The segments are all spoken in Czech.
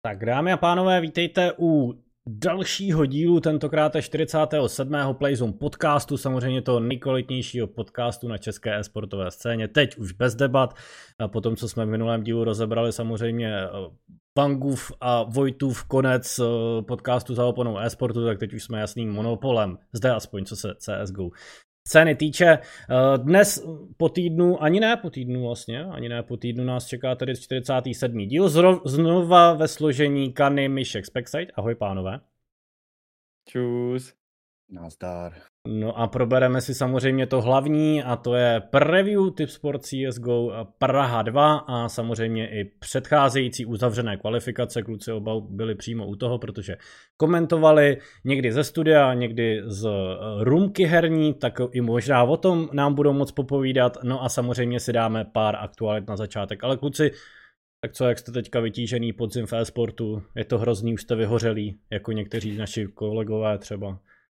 Tak dámy a pánové, vítejte u dalšího dílu, tentokrát 47. Playzone podcastu, samozřejmě toho nejkvalitnějšího podcastu na české e-sportové scéně, teď už bez debat, po tom, co jsme v minulém dílu rozebrali samozřejmě Vangův a Vojtův konec podcastu za oponou e-sportu, tak teď už jsme jasným monopolem, zde aspoň co se CSGO scény týče. Dnes po týdnu, ani ne po týdnu nás čeká tedy 47. díl, znova ve složení Kany, Myšek, Specside. Ahoj pánové. Čus. Nazdar. No a probereme si samozřejmě to hlavní, a to je preview Tipsport CSGO Praha 2 a samozřejmě i předcházející uzavřené kvalifikace. Kluci oba byli přímo u toho, protože komentovali někdy ze studia, někdy z roomky herní, tak i možná o tom nám budou moc popovídat. No a samozřejmě si dáme pár aktualit na začátek. Ale kluci, tak co, jak jste teďka vytížený podzim v e-sportu? Je to hrozný, už jste vyhořelí, jako někteří naši kolegové třeba.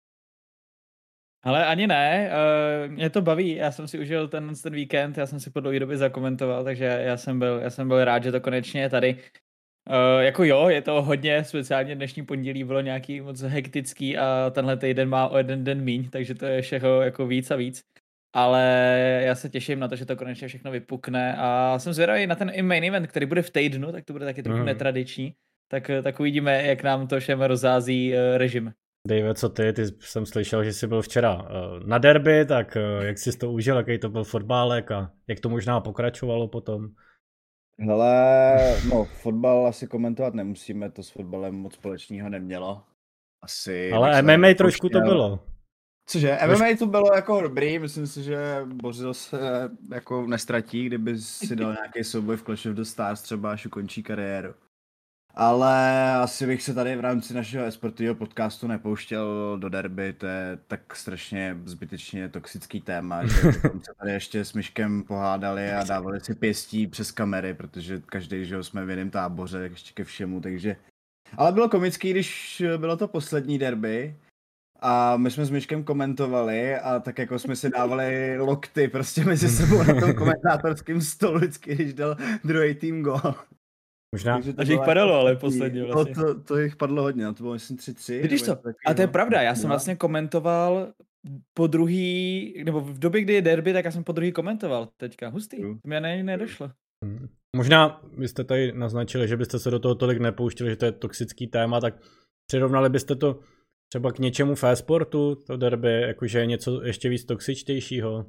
Ale ani ne, mě to baví, já jsem si užil ten víkend, já jsem si po dlouhé době zakomentoval, takže já jsem byl rád, že to konečně je tady. Jako jo, je to hodně, speciálně dnešní pondělí bylo nějaký moc hektický a tenhle týden má o jeden den míň, takže to je všeho jako víc a víc. Ale já se těším na to, že to konečně všechno vypukne a jsem zvědavý na ten i main event, který bude v týdnu, tak to bude taky trochu netradiční, tak uvidíme, jak nám to všem rozází režim. Dave, co ty jsem slyšel, že jsi byl včera na derby, tak jak jsi to užil, jaký to byl fotbálek a jak to možná pokračovalo potom? Hele, no, fotbal asi komentovat nemusíme, to s fotbalem moc společného nemělo. Asi. Ale MMA trošku to bylo. Cože, MMA to bylo jako dobrý, myslím si, že Bořil se jako nestratí, kdyby si dal nějaký souboj v Clash of the Stars třeba, až ukončí kariéru. Ale asi bych se tady v rámci našeho e-sportového podcastu nepouštěl do derby, to je tak strašně zbytečně toxický téma, že bychom se tady ještě s Myškem pohádali a dávali si pěstí přes kamery, protože každý, že jsme v jiném táboře, ještě ke všemu, takže... Ale bylo komický, když bylo to poslední derby a my jsme s Myškem komentovali a tak jako jsme si dávali lokty prostě mezi sebou na tom komentátorském stolu vždycky, když dal druhý tým gól. Možná. Takže jich padalo, ale posledně vlastně. To jich padlo hodně, to bylo myslím 3-3. Vidíš to, a to je pravda, já jsem vlastně komentoval po druhý, nebo v době, kdy je derby, tak já jsem po druhý komentoval teďka, hustý, to mě nedošlo. Možná byste tady naznačili, že byste se do toho tolik nepouštili, že to je toxický téma, tak přirovnali byste to třeba k něčemu v e-sportu, to derby, jakože je něco ještě víc toxičtějšího?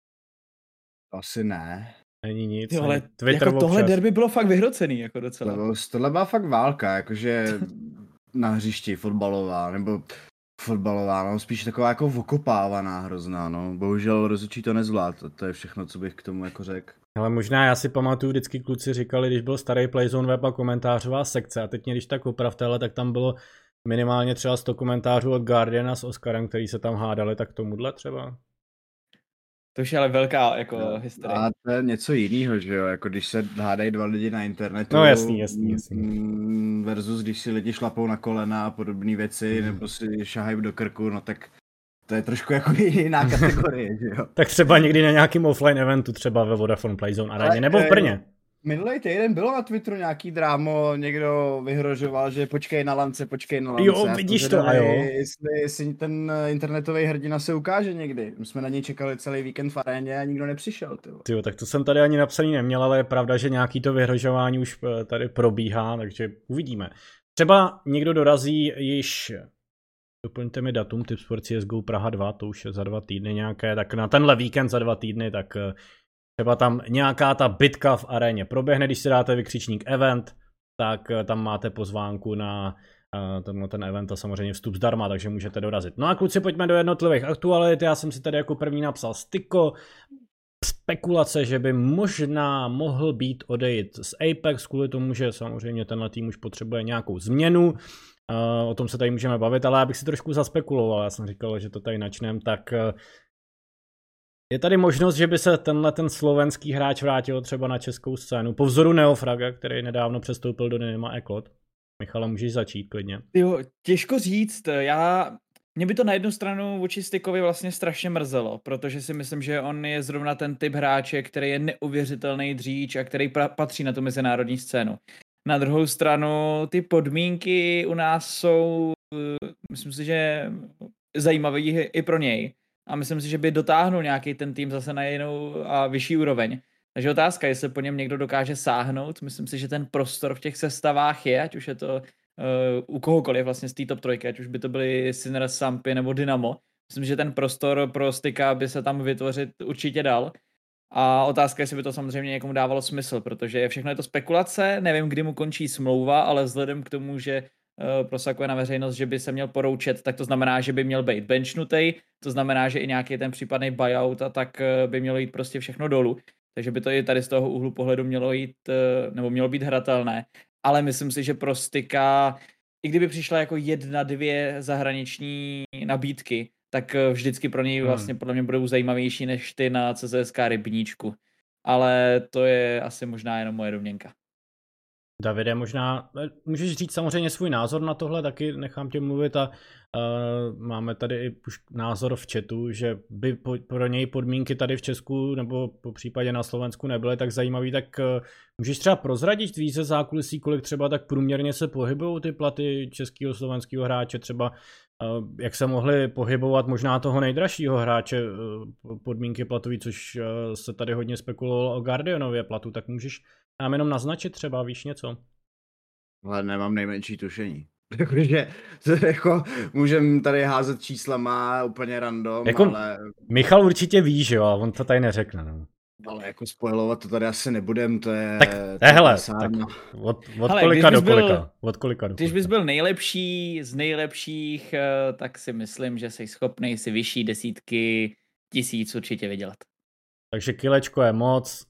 Asi ne. Není nic. Jo, ale jako tohle derby bylo fakt vyhrocený, jako docela. Tohle byla fakt válka, jakože na hřišti fotbalová, nebo fotbalová, no spíš taková jako okopávaná hrozná, no. Bohužel rozhodčí to nezvlád, to je všechno, co bych k tomu jako řekl. Ale možná já si pamatuju, vždycky kluci říkali, když byl starý Playzone web a komentářová sekce, a teď mě když tak opravte, ale tak tam bylo minimálně třeba 100 komentářů od Guardiana s Oscarem, který se tam hádali, tak tomuhle třeba. To už je ale velká jako historie. A to je něco jiného, že jo, jako když se hádají dva lidi na internetu. No jasný. Versus když si lidi šlapou na kolena a podobné věci, nebo si šahají do krku, no tak to je trošku jako jiná kategorie, že jo. Tak třeba někdy na nějakým offline eventu, třeba ve Vodafone Playzone aréně, nebo v Brně. Minulý týden bylo na Twitteru nějaký drámo, někdo vyhrožoval, že počkej na lance. Jo, vidíš to, a jo. Jestli ten internetový hrdina se ukáže někdy. My jsme na něj čekali celý víkend v aréně a nikdo nepřišel. Tyjo, tak to jsem tady ani napsaný neměl, ale je pravda, že nějaký to vyhrožování už tady probíhá, takže uvidíme. Třeba někdo dorazí již, doplňte mi datum, Tipsport CSGO Praha 2, to už je za 2 týdny nějaké, tak na tenhle víkend za 2 týdny, tak třeba tam nějaká ta bitka v aréně proběhne, když si dáte vykřičník event, tak tam máte pozvánku na ten event a samozřejmě vstup zdarma, takže můžete dorazit. No a kluci, pojďme do jednotlivých aktualit. Já jsem si tady jako první napsal Styko, spekulace, že by možná mohl být odejít z Apex, kvůli tomu, že samozřejmě tenhle tým už potřebuje nějakou změnu. O tom se tady můžeme bavit, ale já bych si trošku zaspekuloval. Já jsem říkal, že to tady načnem, tak je tady možnost, že by se ten slovenský hráč vrátil třeba na českou scénu, po vzoru Neofraga, který nedávno přestoupil do Dynama Eklot. Michale, můžeš začít klidně. Jo, těžko říct, mě by to na jednu stranu vůči Stykovi vlastně strašně mrzelo, protože si myslím, že on je zrovna ten typ hráče, který je neuvěřitelný dříč a který patří na tu mezinárodní scénu. Na druhou stranu ty podmínky u nás jsou, myslím si, že zajímavé i pro něj. A myslím si, že by dotáhnul nějaký ten tým zase na jinou a vyšší úroveň. Takže otázka, jestli po něm někdo dokáže sáhnout. Myslím si, že ten prostor v těch sestavách je, ať už je to u kohokoliv vlastně z té top trojky, ať už by to byly Sinners, Sampy nebo Dynamo. Myslím, že ten prostor pro Styka by se tam vytvořit určitě dal. A otázka je, jestli by to samozřejmě někomu dávalo smysl, protože všechno je to spekulace, nevím, kdy mu končí smlouva, ale vzhledem k tomu, že prosakuje na veřejnost, že by se měl poroučet, tak to znamená, že by měl být benchnutej, to znamená, že i nějaký ten případný buyout a tak by mělo jít prostě všechno dolů. Takže by to i tady z toho úhlu pohledu mělo jít, nebo mělo být hratelné. Ale myslím si, že pro Styka, i kdyby přišla jako 1-2 zahraniční nabídky, tak vždycky pro něj vlastně podle mě budou zajímavější než ty na CZSK Rybníčku. Ale to je asi možná jenom moje domněnka. Davide, možná můžeš říct samozřejmě svůj názor na tohle, taky nechám tě mluvit a máme tady i už názor v chatu, že by pro něj podmínky tady v Česku nebo po případě na Slovensku nebyly tak zajímavý, tak můžeš třeba prozradit víc ze zákulisí, kolik třeba tak průměrně se pohybují ty platy českého slovenského hráče, třeba jak se mohli pohybovat možná toho nejdražšího hráče podmínky platový, což se tady hodně spekulovalo o Guardianově platu, tak můžeš nám jenom naznačit třeba, víš něco? Ale nemám nejmenší tušení. Takže jako můžem tady házet číslama úplně random, jako, ale... Michal určitě ví, že jo, a on to tady neřekne, no. Ale jako spoilovat to tady asi nebudem, to je... Tak hele, tak od kolika do kolika? Od kolika do kolika? Když bys byl nejlepší z nejlepších, tak si myslím, že jsi schopný si vyšší desítky tisíc určitě vydělat. Takže kilečko je moc.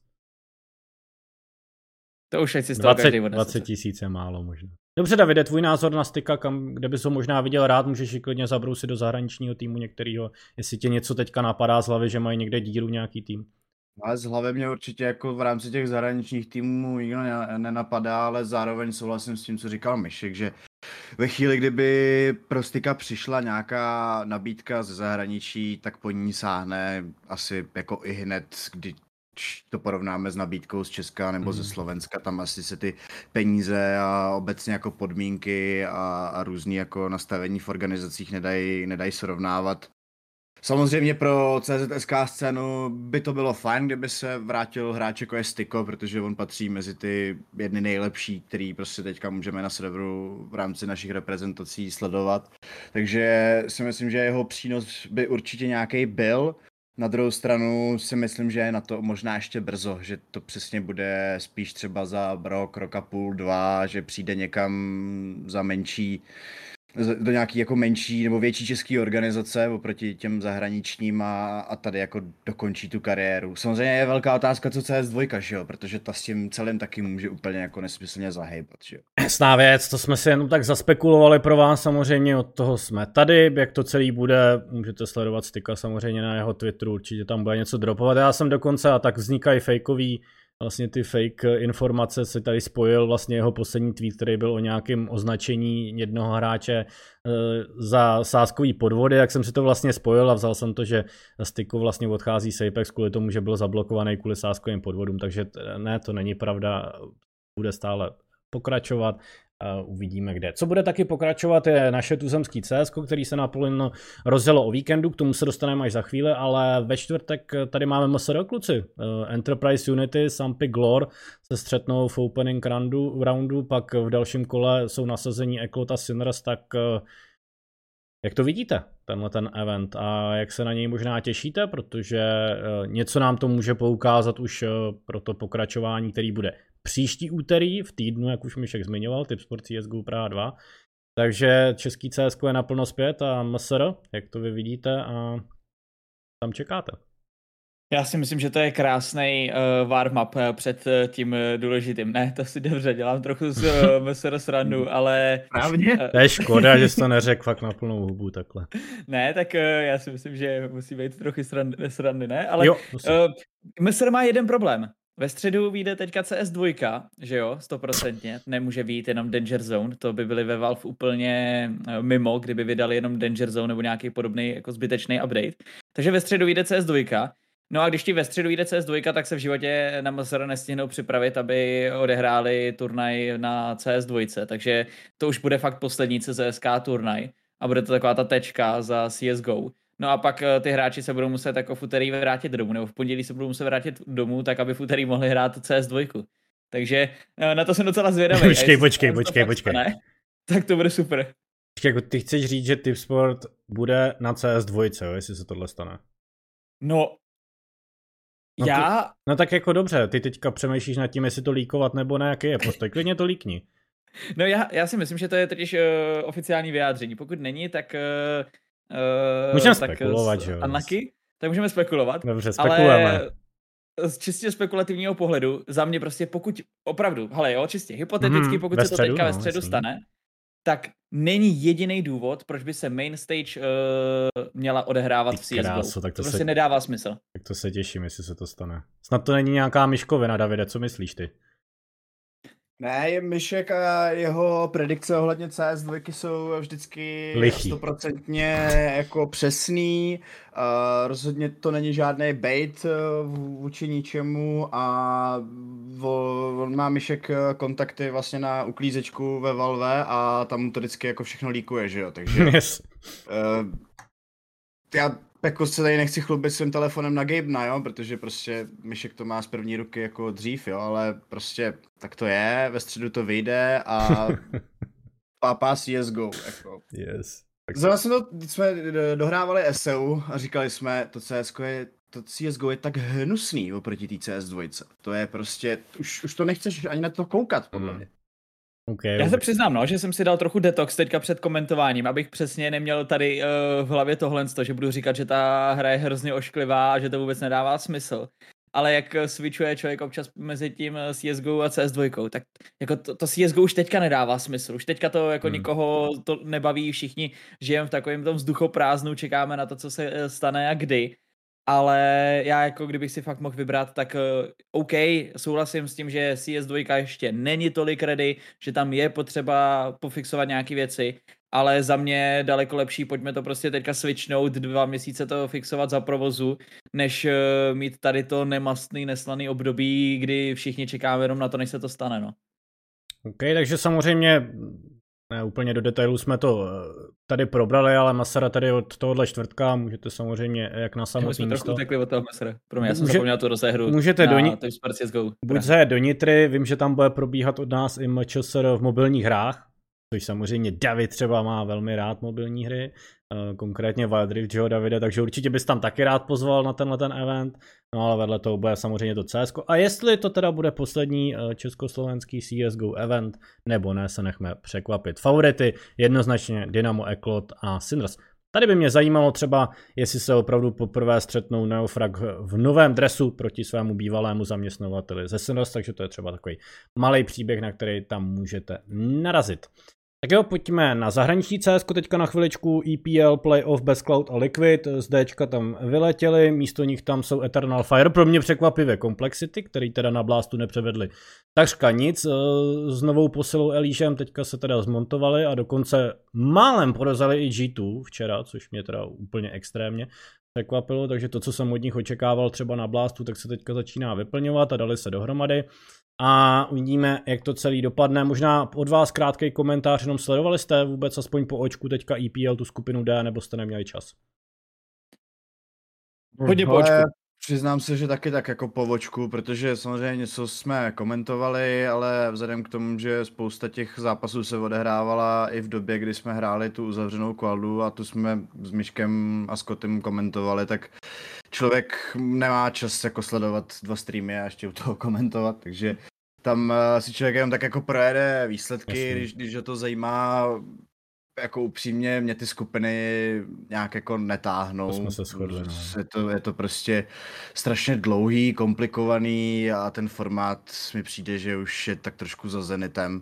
To už si z toho každý odnese. 20 tisíc je málo možná. Dobře, Davide, tvůj názor na Styka, kde bys ho možná viděl rád, můžeš i klidně zabrousit do zahraničního týmu některýho, jestli tě něco teďka napadá z hlavy, že mají někde díru nějaký tým. Ale z hlavy mě určitě jako v rámci těch zahraničních týmů nikdo nenapadá, ale zároveň souhlasím s tím, co říkal Myšek, že ve chvíli, kdyby pro Styka přišla nějaká nabídka ze zahraničí, tak po ní sáhne asi jako i hned, když to porovnáme s nabídkou z Česka nebo ze Slovenska, tam asi se ty peníze a obecně jako podmínky a různý jako nastavení v organizacích nedají srovnávat. Samozřejmě pro CZSK scénu by to bylo fajn, kdyby se vrátil hráč jako je Styko, protože on patří mezi ty jedny nejlepší, který prostě teďka můžeme na serveru v rámci našich reprezentací sledovat. Takže si myslím, že jeho přínos by určitě nějaký byl. Na druhou stranu si myslím, že je na to možná ještě brzo, že to přesně bude spíš třeba za rok a půl, 2, že přijde někam za do nějaký jako menší nebo větší český organizace oproti těm zahraničním a tady jako dokončí tu kariéru. Samozřejmě je velká otázka, co CS2, že jo, protože ta s tím celým taky může úplně jako nesmyslně zahejbat, že jo. Jasná věc, to jsme si jenom tak zaspekulovali pro vás, samozřejmě od toho jsme tady, jak to celý bude, můžete sledovat Styka samozřejmě na jeho Twitteru, určitě tam bude něco dropovat, já jsem dokonce a tak vznikají fejkový, vlastně ty fake informace se tady spojil vlastně jeho poslední tweet, který byl o nějakém označení jednoho hráče za sázkový podvody, jak jsem si to vlastně spojil a vzal jsem to, že Styko vlastně odchází z Apex kvůli tomu, že byl zablokovaný kvůli sázkovým podvodům, takže ne, to není pravda, bude stále pokračovat. Uvidíme kde. Co bude taky pokračovat je naše tuzemský CS, který se naplno rozjelo o víkendu, k tomu se dostaneme až za chvíli, ale ve čtvrtek tady máme MSR kluci. Enterprise Unity, Sampy Glor se střetnou v opening roundu, pak v dalším kole jsou nasazení Eklot a Sinners, tak jak to vidíte, ten event a jak se na něj možná těšíte, protože něco nám to může poukázat už pro to pokračování, který bude příští úterý v týdnu, jak už Myšek zmiňoval, Tipsport CSGO Praha 2. Takže český CS je naplno zpět a MSR, jak to vy vidíte a tam čekáte. Já si myslím, že to je krásný warm-up před tím důležitým. Ne, to si dobře, dělám trochu z MSR srandu, ale... Právně? To je škoda, že jsi to neřekl fakt na plnou hubu takhle. Ne, tak já si myslím, že musí být trochu srandy, ne? Ale jo, MSR má jeden problém. Ve středu vyjde teďka CS2, že jo, 100%, nemůže vyjít jenom Danger Zone, to by byly ve Valve úplně mimo, kdyby vydali jenom Danger Zone nebo nějaký podobný jako zbytečný update. Takže ve středu vyjde CS2 No a když ti ve středu jde CS2, tak se v životě na MSR nestihnou připravit, aby odehráli turnaj na CS2, takže to už bude fakt poslední CSK turnaj a bude to taková ta tečka za CSGO. No a pak ty hráči se budou muset jako v úterý vrátit domů, nebo v pondělí se budou muset vrátit domů, tak aby v úterý mohli hrát CS2. Takže na to jsem docela zvědavý. Počkej. Tak to bude super. Jako ty chceš říct, že Tipsport bude na CS2, jo, jestli se tohle stane? No No tak jako dobře, ty teďka přemýšlíš nad tím, jestli to líkovat nebo ne, jaký je postoj, klidně to líkni. No já si myslím, že to je totiž oficiální vyjádření. Pokud není, tak můžeme spekulovat, že jo? Unlucky, tak můžeme spekulovat. Dobře, spekulujeme. Ale z čistě spekulativního pohledu, za mě prostě pokud opravdu, hele jo, čistě hypoteticky, pokud se to teďka ve středu stane, tak není jediný důvod, proč by se main stage měla odehrávat v CSGO. Tak to prostě nedává smysl. Tak to se těším, jestli se to stane. Snad to není nějaká myškovina, Davide, co myslíš ty? Ne, Myšek a jeho predikce ohledně CS2 jsou vždycky 100% jako přesný. Rozhodně to není žádný bait vůči ničemu a on má Myšek kontakty vlastně na uklízečku ve Valve a tam mu to vždycky jako všechno líkuje, že jo, takže yes. Já jako se tady nechci chlubit svým telefonem na Gabena, jo, protože prostě Myšek to má z první ruky jako dřív, jo, ale prostě tak to je, ve středu to vyjde a pápá CSGO, jako. Yes. Zase jsme dohrávali SEU a říkali jsme, to CSGO je tak hnusný oproti té CS2. To je prostě, už to nechceš ani na to koukat, podle mě. Okay, já se přiznám, no, že jsem si dal trochu detox teďka před komentováním, abych přesně neměl tady v hlavě tohle, že budu říkat, že ta hra je hrozně ošklivá a že to vůbec nedává smysl. Ale jak switchuje člověk občas mezi tím CSGO a CS2, tak jako to CSGO už teďka nedává smysl. Už teďka to jako nikoho to nebaví, všichni žijeme v takovém tom vzduchoprázdnu, čekáme na to, co se stane a kdy. Ale já jako kdybych si fakt mohl vybrat, tak OK, souhlasím s tím, že CS2 ještě není tolik ready, že tam je potřeba pofixovat nějaké věci, ale za mě daleko lepší, pojďme to prostě teďka switchnout, 2 měsíce to fixovat za provozu, než mít tady to nemastný, neslaný období, kdy všichni čekáme jenom na to, než se to stane, no. OK, takže samozřejmě ne úplně do detailů jsme to tady probrali, ale Masara tady od tohohle čtvrtka můžete samozřejmě jak na samotný místo. My jsme trochu utekli od toho Masara. Pro mě, já jsem zapomněl tu rozehru můžete na buď zajet do Nitry, vím, že tam bude probíhat od nás i MČSR v mobilních hrách, což samozřejmě David třeba má velmi rád mobilní hry, konkrétně Wild Rift, že jo, Davide, takže určitě bys tam taky rád pozval na tenhle ten event, no ale vedle toho bude samozřejmě to CSGO. A jestli to teda bude poslední československý CSGO event, nebo ne, se nechme překvapit. Favority jednoznačně Dynamo, Eklot a Synders. Tady by mě zajímalo třeba, jestli se opravdu poprvé střetnou Neofrag v novém dresu proti svému bývalému zaměstnavateli ze Synders, takže to je třeba takový malý příběh, na který tam můžete narazit. Tak jo, pojďme na zahraniční CS, teďka na chviličku. EPL, Playoff, Bestcloud a Liquid, z Dčka tam vyletěli, místo nich tam jsou Eternal Fire, pro mě překvapivě Complexity, který teda na Blastu nepřevedli takřka nic, s novou posilou Elysium teďka se teda zmontovali a dokonce málem podezali i G2 včera, což mě teda úplně extrémně překvapilo, takže to, co jsem od nich očekával třeba na Blastu, tak se teďka začíná vyplňovat a dali se dohromady. A uvidíme, jak to celý dopadne. Možná od vás krátký komentář, jenom sledovali jste vůbec aspoň po očku teďka EPL, tu skupinu D, nebo jste neměli čas? Hodně po očku. Přiznám se, že taky tak jako po očku, protože samozřejmě něco jsme komentovali, ale vzhledem k tomu, že spousta těch zápasů se odehrávala i v době, kdy jsme hráli tu uzavřenou kvaldu a tu jsme s Myškem a Scottem komentovali, tak člověk nemá čas jako sledovat 2 streamy a ještě u toho komentovat, takže tam si člověk jenom tak jako projede výsledky, když ho to zajímá. Jako upřímně, mě ty skupiny nějak jako netáhnou. To jsme se shodli, no. Je to prostě strašně dlouhý, komplikovaný a ten formát mi přijde, že už je tak trošku za Zenitem.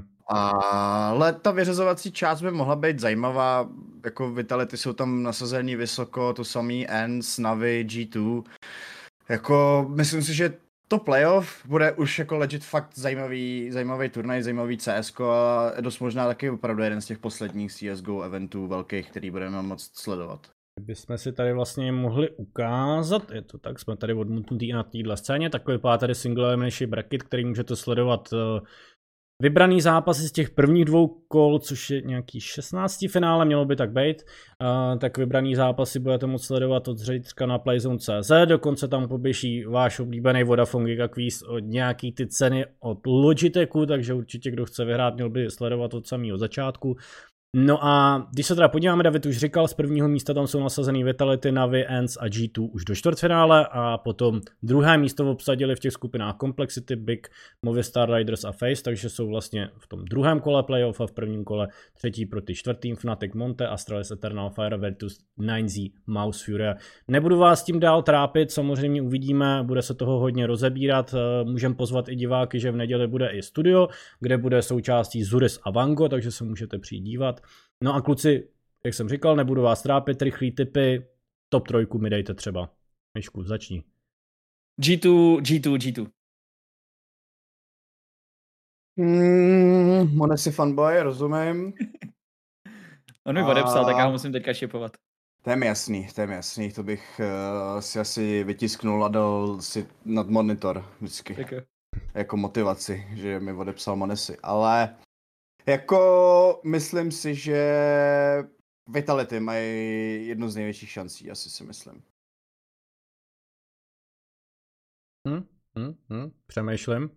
Ale ta vyřazovací část by mohla být zajímavá, jako Vitality jsou tam nasazení vysoko, to samý ENCE, Navi, G2. Jako myslím si, že to playoff bude už jako legit fakt zajímavý turnaj, zajímavý CSko a dost možná taky opravdu jeden z těch posledních CSGO eventů velkých, který budeme moct sledovat. bychom si tady vlastně mohli ukázat, je to tak, jsme tady odmutnutí na téhle scéně, tak vypadá tady single elimination bracket, který můžete sledovat vybraný zápasy z těch prvních 2 kol, což je nějaký 16. finále, mělo by tak být, tak vybraný zápasy budete moct sledovat od zítřka na playzone.cz, dokonce tam poběží váš oblíbený Vodafone Giga Quiz od nějaký ty ceny od Logitechu, takže určitě kdo chce vyhrát, měl by sledovat od samého začátku. No a když se teda podíváme, David už říkal, z prvního místa tam jsou nasazený Vitality, Navi, ENCE a G2 už do čtvrtfinále a potom druhé místo obsadili v těch skupinách Complexity, Big, Movistar Riders a FaZe, takže jsou vlastně v tom druhém kole playoff a v prvním kole třetí proti čtvrtým Fnatic, Monte, Astralis, Eternal Fire, Virtus, 9Z, Mouse, Fury. Nebudu vás tím dál trápit, samozřejmě uvidíme, bude se toho hodně rozebírat, můžeme pozvat i diváky, že v neděli bude i studio, kde bude součástí Zuris a Vango, takže se můžete přijít dívat. No a kluci, jak jsem říkal, nebudu vás trápit, rychlý tipy, top 3 mi dejte třeba. Myšku, začni. G2. Monesi fanboy, rozumím. On mi odepsal, tak já ho musím teďka šipovat. To je mi jasný, to bych si asi vytisknul a dal si nad monitor vždycky. Děkuji. Jako motivaci, že mi odepsal Monesi, ale jako myslím si, že Vitality mají jednu z největších šancí, asi si myslím. Přemýšlím.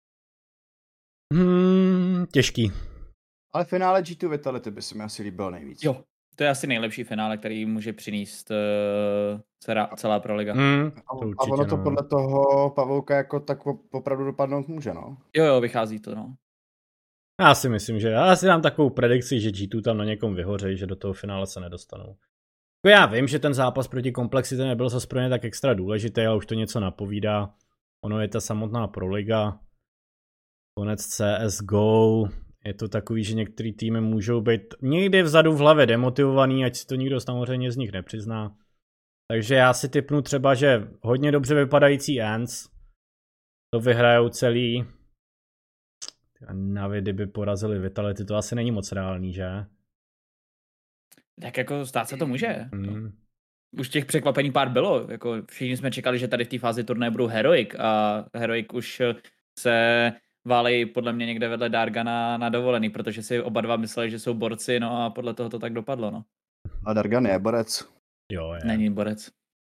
Těžký. Ale finále G2 Vitality by se mi asi líbil nejvíc. Jo, to je asi nejlepší finále, který může přinést celá Proliga. A ono to podle toho Pavouka jako tak opravdu dopadnout může, no. Jo, vychází to, no. Já si myslím, že já si dám takovou predikci, že G2 tam na někom vyhoří, že do toho finále se nedostanou. Já vím, že ten zápas proti Complexity nebyl zase pro ně tak extra důležitý, ale už to něco napovídá. Ono je ta samotná Proliga, konec CSGO, je to takový, že některý týmy můžou být někdy vzadu v hlavě demotivovaný, ať si to nikdo samozřejmě z nich nepřizná. Takže já si tipnu třeba, že hodně dobře vypadající ENCE to vyhrajou celý. Navi, kdyby porazili Vitality, to asi není moc reálný, že? Tak jako stát se to může. Už těch překvapení pár bylo. Jako všichni jsme čekali, že tady v té fázi turnaje budou Heroic a Heroic už se válejí podle mě někde vedle Darga na dovolený, protože si oba dva mysleli, že jsou borci, no a podle toho to tak dopadlo, no. A Dargan je borec. Jo, je. Není borec.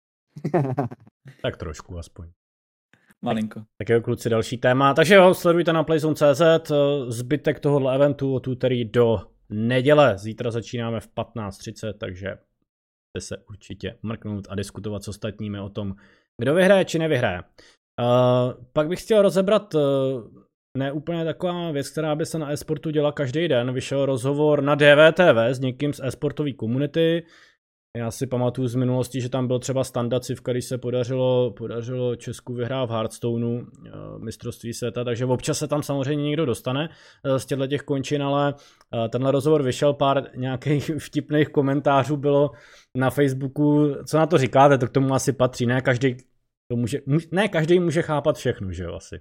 Tak trošku aspoň. Malinko. Tak jo, kluci, další téma. Takže jo, sledujte na playzone.cz zbytek tohohle eventu od úterý do neděle. Zítra začínáme v 15:30, takže se určitě mrknout a diskutovat s ostatními o tom, kdo vyhraje či nevyhraje. Pak bych chtěl rozebrat ne úplně taková věc, která by se na e-sportu děla každý den. Vyšel rozhovor na DVTV s někým z e-sportové komunity. Já si pamatuju z minulosti, že tam byl třeba Standa Civka, když se podařilo Česku vyhrát v Hearthstoneu mistrovství světa, takže občas se tam samozřejmě někdo dostane z těch končin, ale tenhle rozhovor vyšel, pár nějakých vtipných komentářů bylo na Facebooku. Co na to říkáte, to k tomu asi patří, ne každý může chápat všechno, že jo, asi.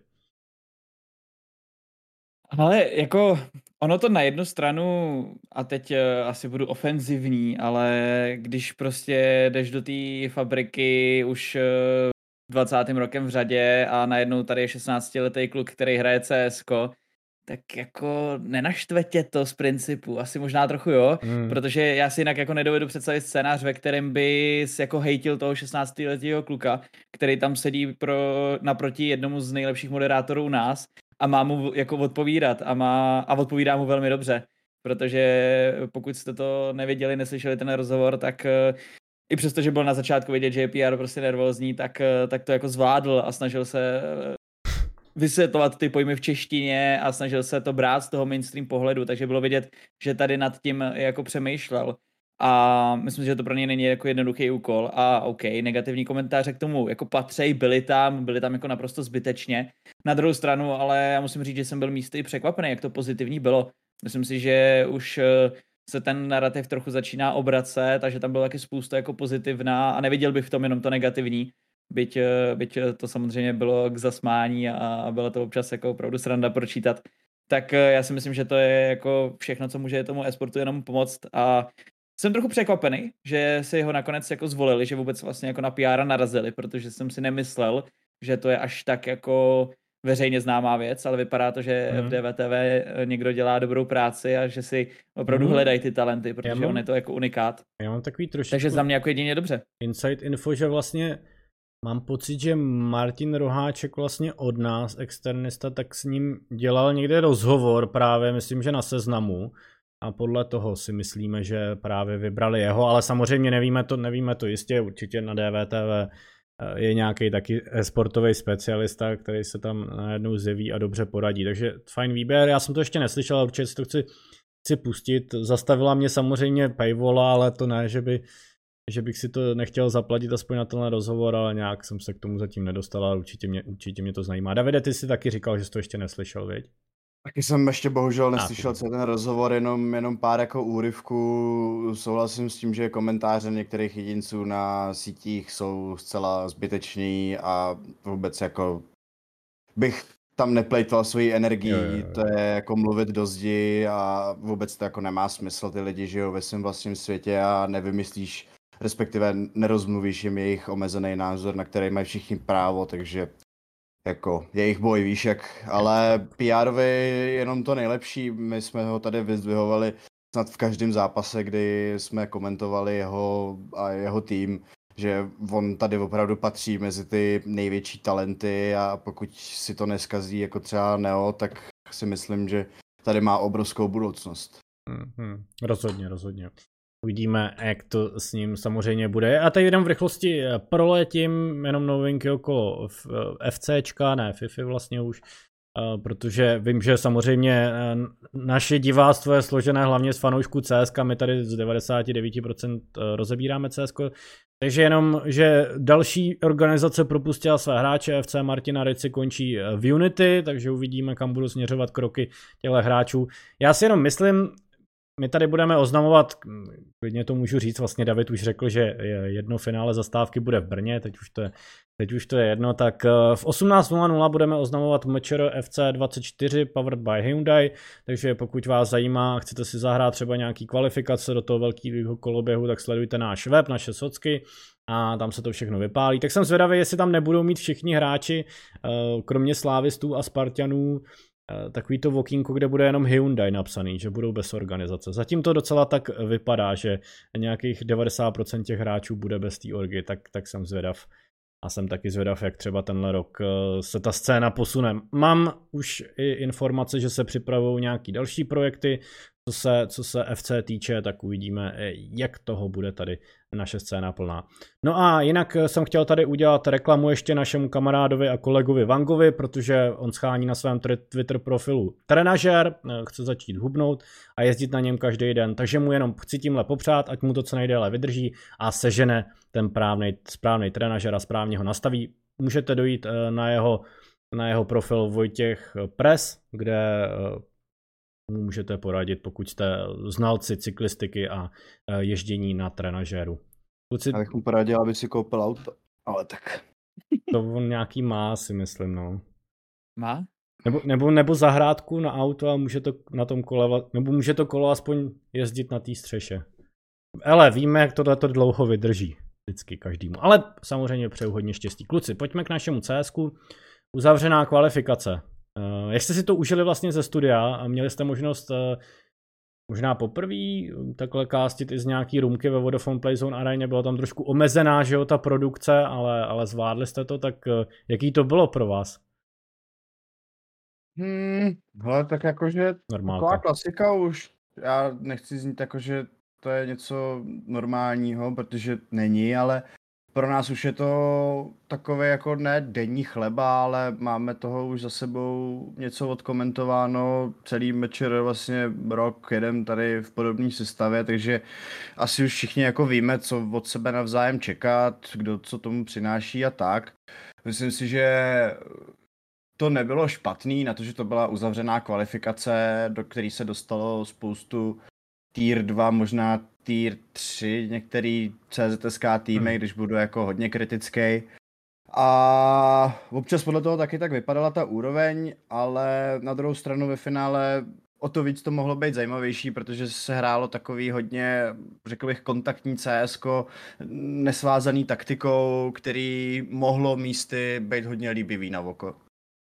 Ale jako ono to na jednu stranu, a teď asi budu ofenzivní, ale když prostě jdeš do té fabriky už 20. rokem v řadě a najednou tady je 16letý kluk, který hraje CSko, tak jako nenaštve tě to z principu, asi možná trochu jo, protože já si jinak jako nedovedu představit scénář, ve kterém bys jako hejtil toho 16letého kluka, který tam sedí naproti jednomu z nejlepších moderátorů u nás a má mu jako odpovídat a odpovídá mu velmi dobře, protože pokud jste to neviděli, neslyšeli ten rozhovor, tak i přesto, že byl na začátku vidět, že je PR prostě nervózní, tak to jako zvládl a snažil se vysvětlovat ty pojmy v češtině a snažil se to brát z toho mainstream pohledu, takže bylo vidět, že tady nad tím jako přemýšlel. A myslím, že to pro něj není jako jednoduchý úkol. A OK, negativní komentáře k tomu jako patří, byly tam jako naprosto zbytečně. Na druhou stranu, ale já musím říct, že jsem byl místy překvapený, jak to pozitivní bylo. Myslím si, že už se ten narrativ trochu začíná obracet, takže tam bylo taky spousta jako pozitivná a neviděl bych v tom jenom to negativní. Byť to samozřejmě bylo k zasmání a bylo to občas jako opravdu sranda pročítat. Tak já si myslím, že to je jako všechno, co může tomu e-sportu jenom pomoct a jsem trochu překvapený, že si ho nakonec jako zvolili, že vůbec vlastně jako na PR narazili, protože jsem si nemyslel, že to je až tak jako veřejně známá věc, ale vypadá to, že v DVTV někdo dělá dobrou práci a že si opravdu hledají ty talenty, protože on je to jako unikát. Já mám takový trošku... Takže za mě jako jedině dobře. Inside info, že vlastně mám pocit, že Martin Roháček vlastně od nás, externista, tak s ním dělal někde rozhovor právě, myslím, že na Seznamu. A podle toho si myslíme, že právě vybrali jeho, ale samozřejmě nevíme to jistě, určitě na DVTV je nějaký taky sportový specialista, který se tam najednou zjeví a dobře poradí, takže fajn výběr, já jsem to ještě neslyšel, ale určitě si to chci pustit, zastavila mě samozřejmě paywalla, ale to ne, že bych si to nechtěl zaplatit aspoň na tenhle rozhovor, ale nějak jsem se k tomu zatím nedostal a určitě mě to zajímá. Davide, ty jsi taky říkal, že jsi to ještě neslyšel, viď? Taky jsem ještě bohužel neslyšel celý ten rozhovor, jenom pár jako úryvků. Souhlasím s tím, že komentáře některých jedinců na sítích jsou zcela zbytečný a vůbec jako bych tam neplejtval svoji energii, to je jako mluvit do zdi a vůbec to jako nemá smysl, ty lidi žijou ve svém vlastním světě a nevymyslíš, respektive nerozmluvíš jim jejich omezený názor, na který mají všichni právo, takže jako jejich boj, víš jak, ale PR-ovi jenom to nejlepší, my jsme ho tady vyzdvihovali snad v každém zápase, kdy jsme komentovali jeho tým, že on tady opravdu patří mezi ty největší talenty a pokud si to neskazí jako třeba Neo, tak si myslím, že tady má obrovskou budoucnost. Rozhodně. Uvidíme, jak to s ním samozřejmě bude. A tady jenom v rychlosti proletím jenom novinky okolo FCčka, ne FIFA vlastně už, protože vím, že samozřejmě naše diváctvo je složené hlavně z fanoušků CSK, my tady z 99% rozebíráme CSK, takže jenom, že další organizace propustila své hráče, FC Martina Rici končí v Unity, takže uvidíme, kam budou směřovat kroky těchto hráčů. Já si jenom myslím, my tady budeme oznamovat, klidně to můžu říct, vlastně David už řekl, že jedno finále zastávky bude v Brně, teď už to je jedno, tak v 18:00 budeme oznamovat MČR FC24 powered by Hyundai, takže pokud vás zajímá, chcete si zahrát třeba nějaký kvalifikace do toho velkého koloběhu, tak sledujte náš web, naše socky a tam se to všechno vypálí. Tak jsem zvědavý, jestli tam nebudou mít všichni hráči, kromě slávistů a Spartanů, takový to okýnko, kde bude jenom Hyundai napsaný, že budou bez organizace. Zatím to docela tak vypadá, že nějakých 90% těch hráčů bude bez té orgy, tak jsem zvědav. A jsem taky zvědav, jak třeba tenhle rok se ta scéna posune. Mám už i informace, že se připravují nějaký další projekty, co se FC týče, tak uvidíme, jak toho bude tady naše scéna plná. No a jinak jsem chtěl tady udělat reklamu ještě našemu kamarádovi a kolegovi Vangovi, protože on schání na svém Twitter profilu trenažér, chce začít hubnout a jezdit na něm každý den, takže mu jenom chci tímhle popřát, ať mu to co nejdéle vydrží a sežene ten správný trenažér a správně ho nastaví. Můžete dojít na jeho profil Vojtěch Press, kde můžete poradit, pokud jste znalci cyklistiky a ježdění na trenažéru. Já bych mu poradil, aby si koupil auto, ale tak. To on nějaký má, si myslím, no. Má? Nebo zahrádku na auto a může to na tom kole, nebo může to kolo aspoň jezdit na té střeše. Ale víme, jak tohleto dlouho vydrží. Vždycky každému. Ale samozřejmě přeju hodně štěstí. Kluci, pojďme k našemu CSku. Uzavřená kvalifikace. Jak jste si to užili vlastně ze studia a měli jste možnost možná poprvé takhle castit i z nějaký roomky ve Vodafone Playzone Areně, byla tam trošku omezená, že jo, ta produkce, ale zvládli jste to, tak jaký to bylo pro vás? Hele, tak jakože Normálka. Taková klasika už, já nechci znít jakože to je něco normálního, protože není, ale pro nás už je to takové jako ne denní chleba, ale máme toho už za sebou něco odkomentováno, celý mečer vlastně rok jedem tady v podobné sestavě, takže asi už všichni jako víme, co od sebe navzájem čekat, kdo co tomu přináší a tak. Myslím si, že to nebylo špatný, na to, že to byla uzavřená kvalifikace, do které se dostalo spoustu tier 2, možná tier 3, některý CZSK týmy, když budu jako hodně kritický. A občas podle toho taky tak vypadala ta úroveň, ale na druhou stranu ve finále o to víc to mohlo být zajímavější, protože se hrálo takový hodně, řekl bych, kontaktní CSko, nesvázaný taktikou, který mohlo místy být hodně líbivý na oko.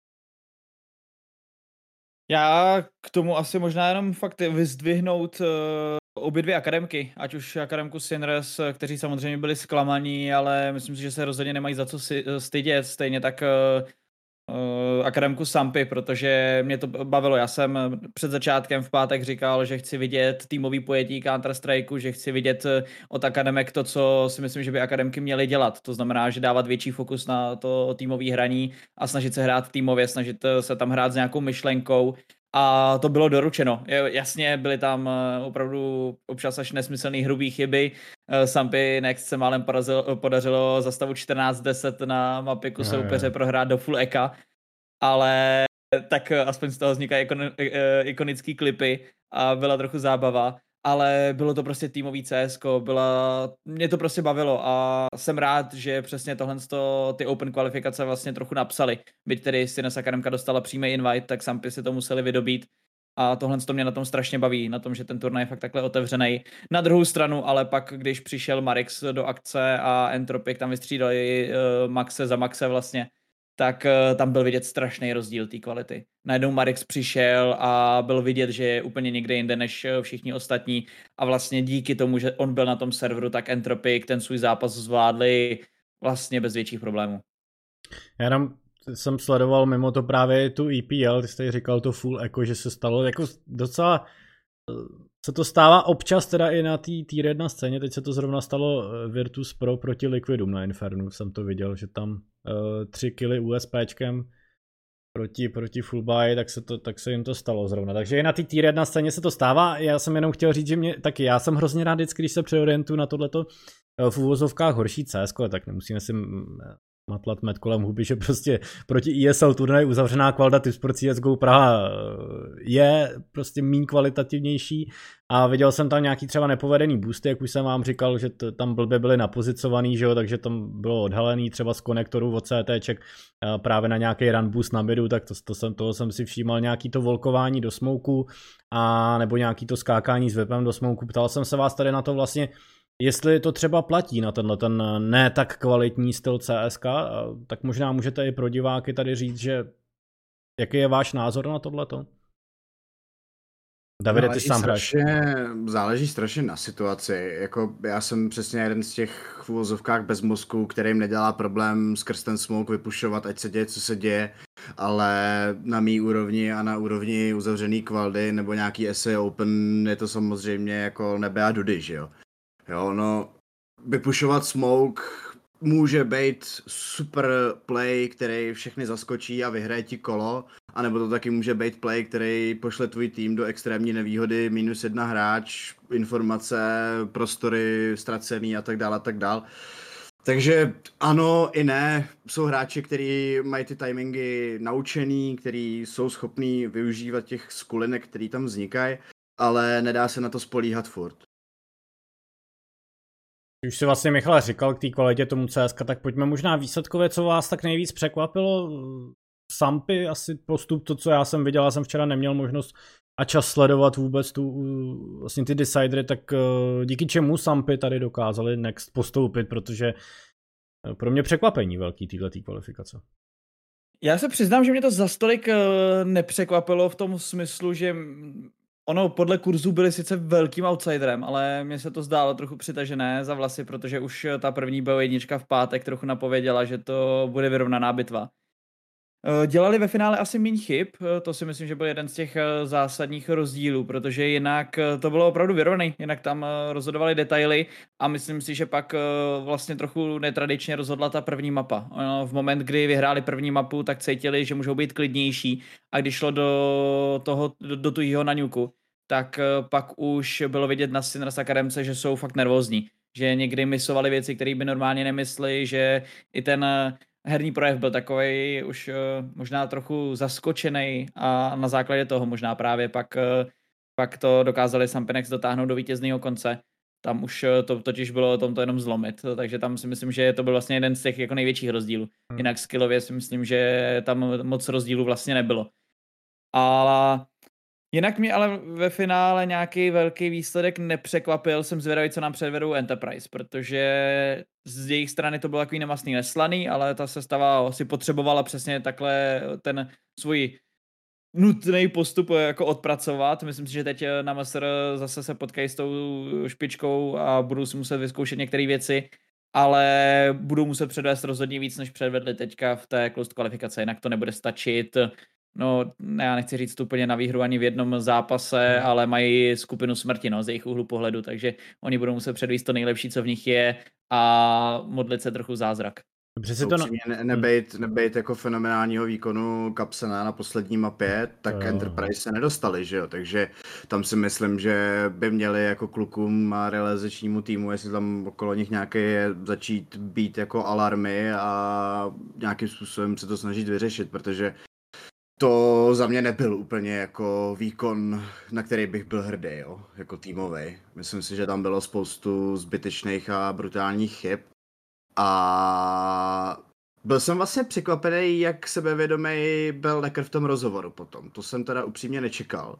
Já k tomu asi možná jenom fakt vyzdvihnout obě dvě akademky, ať už akademku Sinners, kteří samozřejmě byli zklamaní, ale myslím si, že se rozhodně nemají za co stydět, stejně tak akademku Sampy, protože mě to bavilo. Já jsem před začátkem v pátek říkal, že chci vidět týmový pojetí Counter-Strikeu, že chci vidět od akademek to, co si myslím, že by akademky měly dělat. To znamená, že dávat větší fokus na to týmové hraní a snažit se hrát týmově, snažit se tam hrát s nějakou myšlenkou. A to bylo doručeno. Jasně, byly tam opravdu občas až nesmyslný hrubý chyby. Sampy Next se málem podařilo za stavu 14-10 na mapiku soupeře prohrát do full eka, ale tak aspoň z toho vznikají ikonický klipy a byla trochu zábava, ale bylo to prostě týmový CSko, mě to prostě bavilo a jsem rád, že přesně tohle ty open kvalifikace vlastně trochu napsali. Byť tedy Sinners Akademka dostala přímý invite, tak Sampy si to museli vydobít a tohle to mě na tom strašně baví, na tom, že ten turnaj je fakt takhle otevřený. Na druhou stranu, ale pak, když přišel Marix do akce a Entropic tam vystřídali Maxe za Maxe vlastně, tak tam byl vidět strašný rozdíl té kvality. Najednou Marix přišel a byl vidět, že je úplně někde jinde než všichni ostatní a vlastně díky tomu, že on byl na tom serveru, tak Entropic ten svůj zápas zvládli vlastně bez větších problémů. Já tam jsem sledoval mimo to právě tu EPL, ty jsi říkal to full echo, že se stalo jako docela, se to stává občas teda i na té tier 1 scéně, teď se to zrovna stalo Virtus Pro proti Liquidum na Infernu, jsem to viděl, že tam 3 killy USPčkem proti full buy, tak se jim to stalo zrovna. Takže i na té tier 1 scéně se to stává. Já jsem jenom chtěl říct, že já jsem hrozně rád vždycky, když se přeorientuju na tohleto v uvozovkách horší CSko, tak nemusíme si matlat med kolem huby, že prostě proti ESL turnaj uzavřená kvalita Tipsport CSGO Praha je prostě méně kvalitativnější a viděl jsem tam nějaký třeba nepovedený boosty, jak už jsem vám říkal, že tam blbě byly napozicovaný, že jo, takže tam bylo odhalený třeba z konektorů od CTček právě na nějaký run boost na midu, tak toho jsem si všímal, nějaký to volkování do smoku a nebo nějaký to skákání s whipem do smoku. Ptal jsem se vás tady na to vlastně, jestli to třeba platí na ten ne tak kvalitní styl CSK, tak možná můžete i pro diváky tady říct, že jaký je váš názor na tohleto? Davide, ty sám hraješ. Záleží strašně na situaci. Jako já jsem přesně jeden z těch v uvozovkách bez mozku, kterým nedělá problém skrz ten smoke vypušovat, ať se děje, co se děje, ale na mý úrovni a na úrovni uzavřený kvaldy nebo nějaký SA Open je to samozřejmě jako nebe a dudy, že jo? Jo, no, vypušovat smoke může být super play, který všechny zaskočí a vyhraje ti kolo, anebo to taky může být play, který pošle tvůj tým do extrémní nevýhody, -1 hráč, informace, prostory ztracený a tak dále, a tak dále. Takže ano i ne, jsou hráči, kteří mají ty timingy naučený, kteří jsou schopní využívat těch skulinek, které tam vznikají, ale nedá se na to spolíhat furt. Už si vlastně Michal říkal k té kvalitě tomu CSK, tak pojďme možná výsledkově, co vás tak nejvíc překvapilo. Sampy asi postup, to, co já jsem viděl, já jsem včera neměl možnost a čas sledovat vůbec vlastně ty decidery, tak díky čemu Sampy tady dokázali Next postoupit, protože pro mě překvapení velký této kvalifikace. Já se přiznám, že mě to za stolik nepřekvapilo v tom smyslu, že ono podle kurzů byli sice velkým outsiderem, ale mně se to zdálo trochu přitažené za vlasy, protože už ta první BO1 v pátek trochu napověděla, že to bude vyrovnaná bitva. Dělali ve finále asi méně chyb, to si myslím, že byl jeden z těch zásadních rozdílů, protože jinak to bylo opravdu vyrovnané, jinak tam rozhodovali detaily a myslím si, že pak vlastně trochu netradičně rozhodla ta první mapa. V moment, kdy vyhráli první mapu, tak cítili, že můžou být klidnější a když šlo do tuhýho naňuku, tak pak už bylo vidět na Sinners Akademce, že jsou fakt nervózní, že někdy misovali věci, které by normálně nemysli, že i ten herní projev byl takovej už možná trochu zaskočený a na základě toho možná právě pak to dokázali Sampinex dotáhnout do vítězného konce. Tam už to totiž bylo o tom to jenom zlomit, takže tam si myslím, že to byl vlastně jeden z těch jako největších rozdílů. Jinak skillově si myslím, že tam moc rozdílů vlastně nebylo. Ale Jinak mě ale ve finále nějaký velký výsledek nepřekvapil, jsem zvědavý, co nám předvedou Enterprise, protože z jejich strany to bylo takový nemastný neslaný, ale ta sestava si potřebovala přesně takhle ten svůj nutný postup jako odpracovat. Myslím si, že teď na MSR zase se potkají s tou špičkou a budou si muset vyzkoušet některé věci, ale budou muset předvést rozhodně víc, než předvedli teďka v té closed kvalifikace, jinak to nebude stačit. No, já nechci říct úplně na výhru ani v jednom zápase, ale mají skupinu smrti, no, z jejich úhlu pohledu, takže oni budou muset předvíst to nejlepší, co v nich je a modlit se trochu zázrak. Dobře si to nebejt jako fenomenálního výkonu Capsena na poslední mapě, tak Enterprise se nedostali, že jo, takže tam si myslím, že by měli jako klukům a realizačnímu týmu, jestli tam okolo nich nějaké začít být jako alarmy a nějakým způsobem se to snažit vyřešit, protože to za mě nebyl úplně jako výkon, na který bych byl hrdý, jo, jako týmovej. Myslím si, že tam bylo spoustu zbytečných a brutálních chyb. A byl jsem vlastně překvapený, jak sebevědomý byl Necker v tom rozhovoru potom. To jsem teda upřímně nečekal.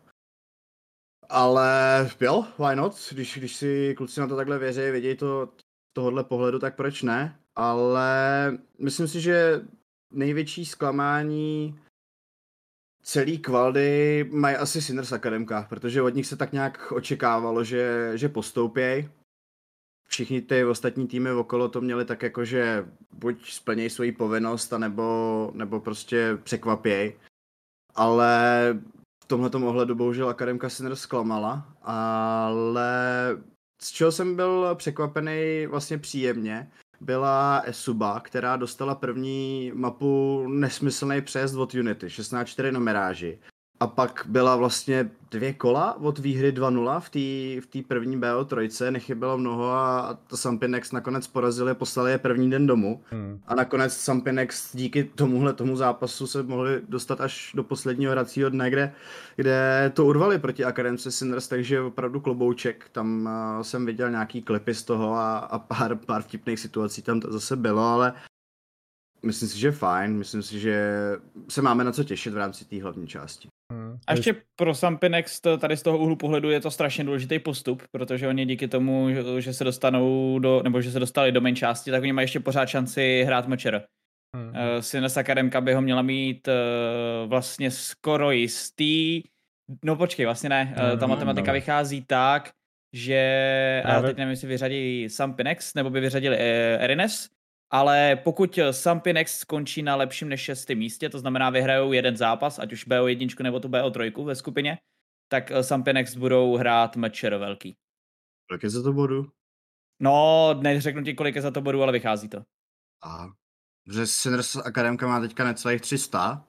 Ale jo, why not? Když si kluci na to takhle věří, vědějí to z tohohle pohledu, tak proč ne? Ale myslím si, že největší zklamání celý kvaldy mají asi Sinners Akademka, protože od nich se tak nějak očekávalo, že postoupějí. Všichni ty ostatní týmy okolo to měli tak jako, že buď splnějí svoji povinnost, nebo prostě překvapěj. Ale v tomhletom ohledu bohužel Akademka Sinners zklamala, ale z čeho jsem byl překvapený vlastně příjemně, byla Esuba, která dostala první mapu nesmyslný přejezd od Unity, 16-4 numeráži. A pak byla vlastně 2 kola od výhry 2-0 v té první BO3, nechybělo mnoho a to Sampinex nakonec porazili, poslali je první den domů. A nakonec Sampinex díky tomu zápasu se mohli dostat až do posledního hracího dne, kde to urvali proti Akademce Sinners, takže opravdu klobouček. Tam jsem viděl nějaký klipy z toho a pár vtipných situací tam to zase bylo, ale myslím si, že fajn, myslím si, že se máme na co těšit v rámci té hlavní části. A ještě pro Sampinex tady z toho úhlu pohledu je to strašně důležitý postup, protože oni díky tomu, že se dostanou nebo že se dostali do main části, tak oni mají ještě pořád šanci hrát mečer. Sinners Akademka by ho měla mít vlastně skoro jistý. No počkej, vlastně ne. Ta matematika vychází tak, že já teď nevím, jestli vyřadí Sampinex, nebo by vyřadili Erines, ale pokud Sampinex skončí na lepším než 6. místě, to znamená vyhrajou jeden zápas, ať už BO1 nebo tu BO3 ve skupině, tak Sampinex budou hrát mečer velký. Kolik je za to bodu? No, neřeknu ti, kolik je za to bodu, ale vychází to. Aha. Že Sinners Akademka má teďka necelých 300.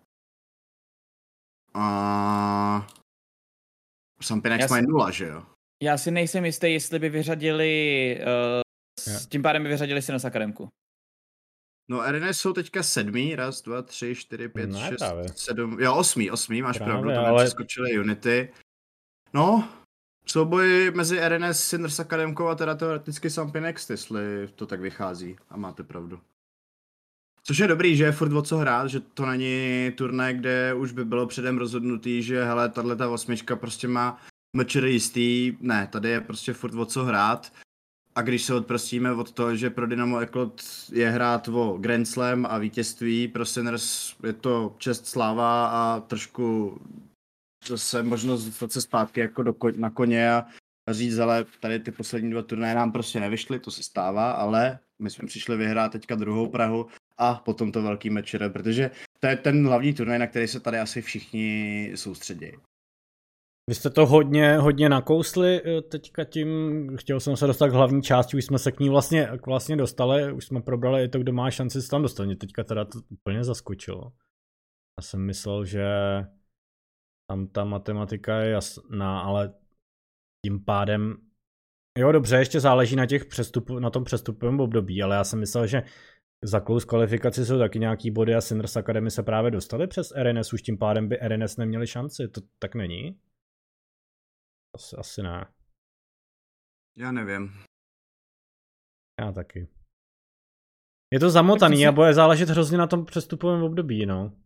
A Sampinex mají 0, že jo? Já si nejsem jistý, jestli by vyřadili tím pádem by vyřadili Sinners Akademku. No, RNS jsou teďka 7. 1, 2, 3, 4, 5, 6, 7. Jo, 8. Máš pravdu, tam ale přeskočili Unity. No, souboj mezi RNS, Sinners Akademkou a teda teoreticky Sampinex, jestli to tak vychází. A máte pravdu. Což je dobrý, že je furt o co hrát, že to není turnaj, kde už by bylo předem rozhodnutý, že hele, tato 8 prostě má mečer jistý. Ne, tady je prostě furt o co hrát. A když se odprostíme od toho, že pro Dynamo Eklot je hrát o Grand Slam a vítězství, pro Sinners je to čest, sláva a trošku zase možnost se zpátky jako na koně a říct, ale tady ty poslední 2 turnaje nám prostě nevyšly, to se stává, ale my jsme přišli vyhrát teďka druhou Prahu a potom to velký mečer, protože to je ten hlavní turnaj, na který se tady asi všichni soustředí. Vy jste to hodně nakousli teďka tím, chtěl jsem se dostat k hlavní části, už jsme se k ní vlastně dostali, už jsme probrali i to, kdo má šanci se tam dostat, mě teďka teda to úplně zaskočilo. Já jsem myslel, že tam ta matematika je jasná, ale tím pádem, jo dobře, ještě záleží na tom přestupovém období, ale já jsem myslel, že za close kvalifikaci jsou taky nějaký body a Sinners Academy se právě dostali přes RNS, už tím pádem by RNS neměli šanci, to tak není? Asi ne. Já nevím. Já taky. Je to zamotaný a bude záležet hrozně na tom přestupovém období, no.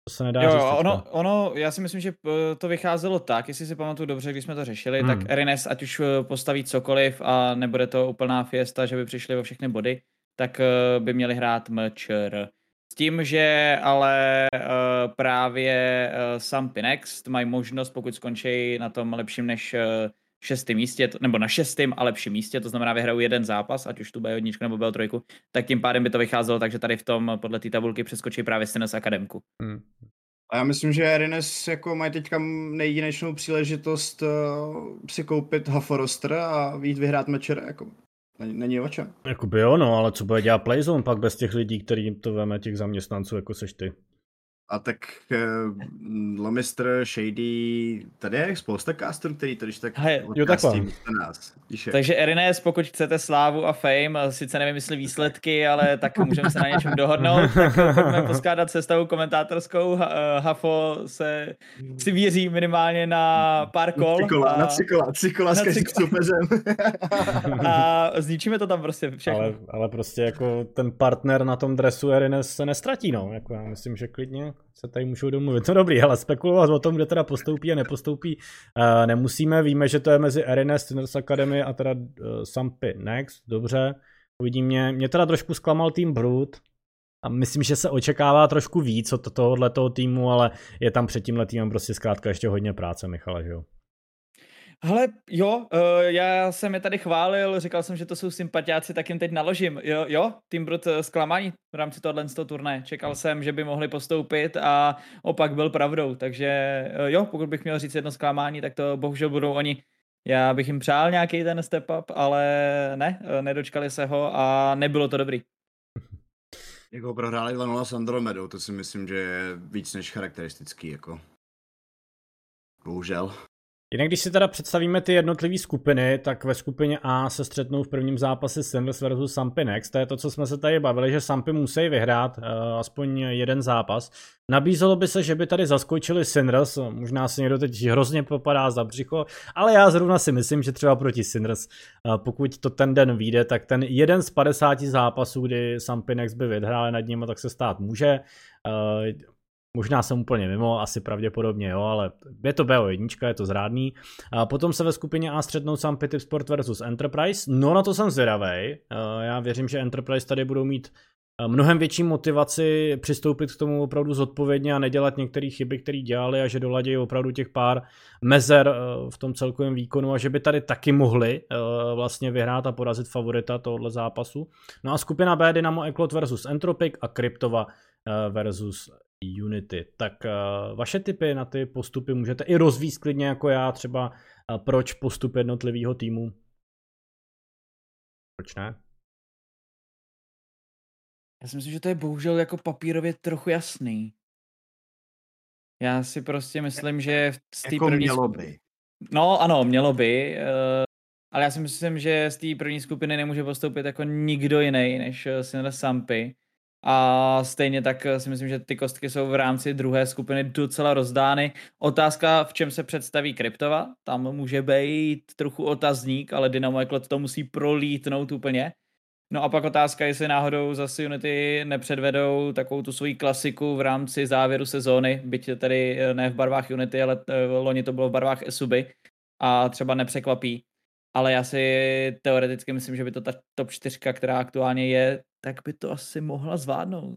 To se nedá říct. Ono, já si myslím, že to vycházelo tak, jestli si pamatuju dobře, když jsme to řešili, tak RNS, ať už postaví cokoliv a nebude to úplná fiesta, že by přišli o všechny body, tak by měli hrát MČR. S tím, že ale právě Sampy Next mají možnost, pokud skončí na tom lepším než 6. místě, nebo na 6. a lepším místě, to znamená vyhrajou jeden zápas, ať už tu B1 nebo B3, tak tím pádem by to vycházelo, takže tady v tom podle té tabulky přeskočí právě Sinners Akademku. A já myslím, že RNS jako mají teďka nejjedinečnou příležitost si koupit Hafo roster a jít vyhrát mečer, jako není o čem. Jakoby jo, no, ale co bude dělat Playzone pak bez těch lidí, kterým to veme, těch zaměstnanců, jako seš ty? A tak Lomistr, Shady, tady je spousta casterů, který to když tak odcastí místo nás. Takže RNS, pokud chcete slávu a fame, sice nevím, jestli výsledky, ale tak můžeme se na něčem dohodnout, tak pojďme poskládat sestavu komentátorskou. Hafo si věří minimálně na pár kol. Na tři kola s každým soupeřem. A zničíme to tam prostě všechno. Ale prostě jako ten partner na tom dresu RNS se nestratí, no. Jako já myslím, že klidně se tady můžou domluvit. No dobrý, ale spekulovat o tom, kde teda postoupí a nepostoupí, nemusíme. Víme, že to je mezi RNS, Sinners Academy a teda Sampy Next. Dobře, uvidíme. Mě teda trošku zklamal tým Brood a myslím, že se očekává trošku víc od tohoto týmu, ale je tam před tímhle týmem prostě zkrátka ještě hodně práce, Michale, že jo? Hele, jo, já jsem je tady chválil, říkal jsem, že to jsou sympatiáci, tak jim teď naložím. Jo, Team Brood zklamání v rámci tohohle turné. Čekal jsem, že by mohli postoupit a opak byl pravdou, takže jo, pokud bych měl říct jedno zklamání, tak to bohužel budou oni. Já bych jim přál nějaký ten step up, ale ne, nedočkali se ho a nebylo to dobrý. Jako prohráli 2-0 s Andromedou, to si myslím, že je víc než charakteristický, jako. Bohužel. Jinak když si teda představíme ty jednotlivé skupiny, tak ve skupině A se střetnou v prvním zápase Sinners versus Sampy Next. To je to, co jsme se tady bavili, že Sampy musí vyhrát aspoň jeden zápas. Nabízelo by se, že by tady zaskočili Sinners, možná si někdo teď hrozně popadá za břicho, ale já zrovna si myslím, že třeba proti Sinners, pokud to ten den vyjde, tak ten jeden z 50 zápasů, kdy Sampy Next by vyhráli nad ním, tak se stát může. Možná jsem úplně mimo, asi pravděpodobně jo, ale je to BO1, je to zrádný. A potom se ve skupině A střetnou Sampy Tipsport versus Enterprise. No na to jsem zvědavej. Já věřím, že Enterprise tady budou mít mnohem větší motivaci přistoupit k tomu opravdu zodpovědně a nedělat některé chyby, které dělali a že doladějí opravdu těch pár mezer v tom celkovém výkonu a že by tady taky mohli vlastně vyhrát a porazit favorita tohohle zápasu. No a skupina B Dynamo Eklot versus Entropic a Kryptova versus Unity. Tak vaše tipy na ty postupy můžete i rozvíjet klidně jako já, třeba proč postup jednotlivého týmu? Proč ne? Já si myslím, že to je bohužel jako papírově trochu jasný. Já si prostě myslím, že z té jako první... mělo by. No ano, mělo by, ale já si myslím, že z té první skupiny nemůže postoupit jako nikdo jiný než Sinners Sampy. A stejně tak si myslím, že ty kostky jsou v rámci druhé skupiny docela rozdány. Otázka, v čem se představí Kryptova, tam může být trochu otazník, ale Dynamo Eklot to musí prolítnout úplně. No a pak otázka, jestli náhodou zase Unity nepředvedou takovou tu svoji klasiku v rámci závěru sezóny, byť tady ne v barvách Unity, ale loni to bylo v barvách Esuby a třeba nepřekvapí. Ale já si teoreticky myslím, že by to ta top 4, která aktuálně je, tak by to asi mohla zvládnout.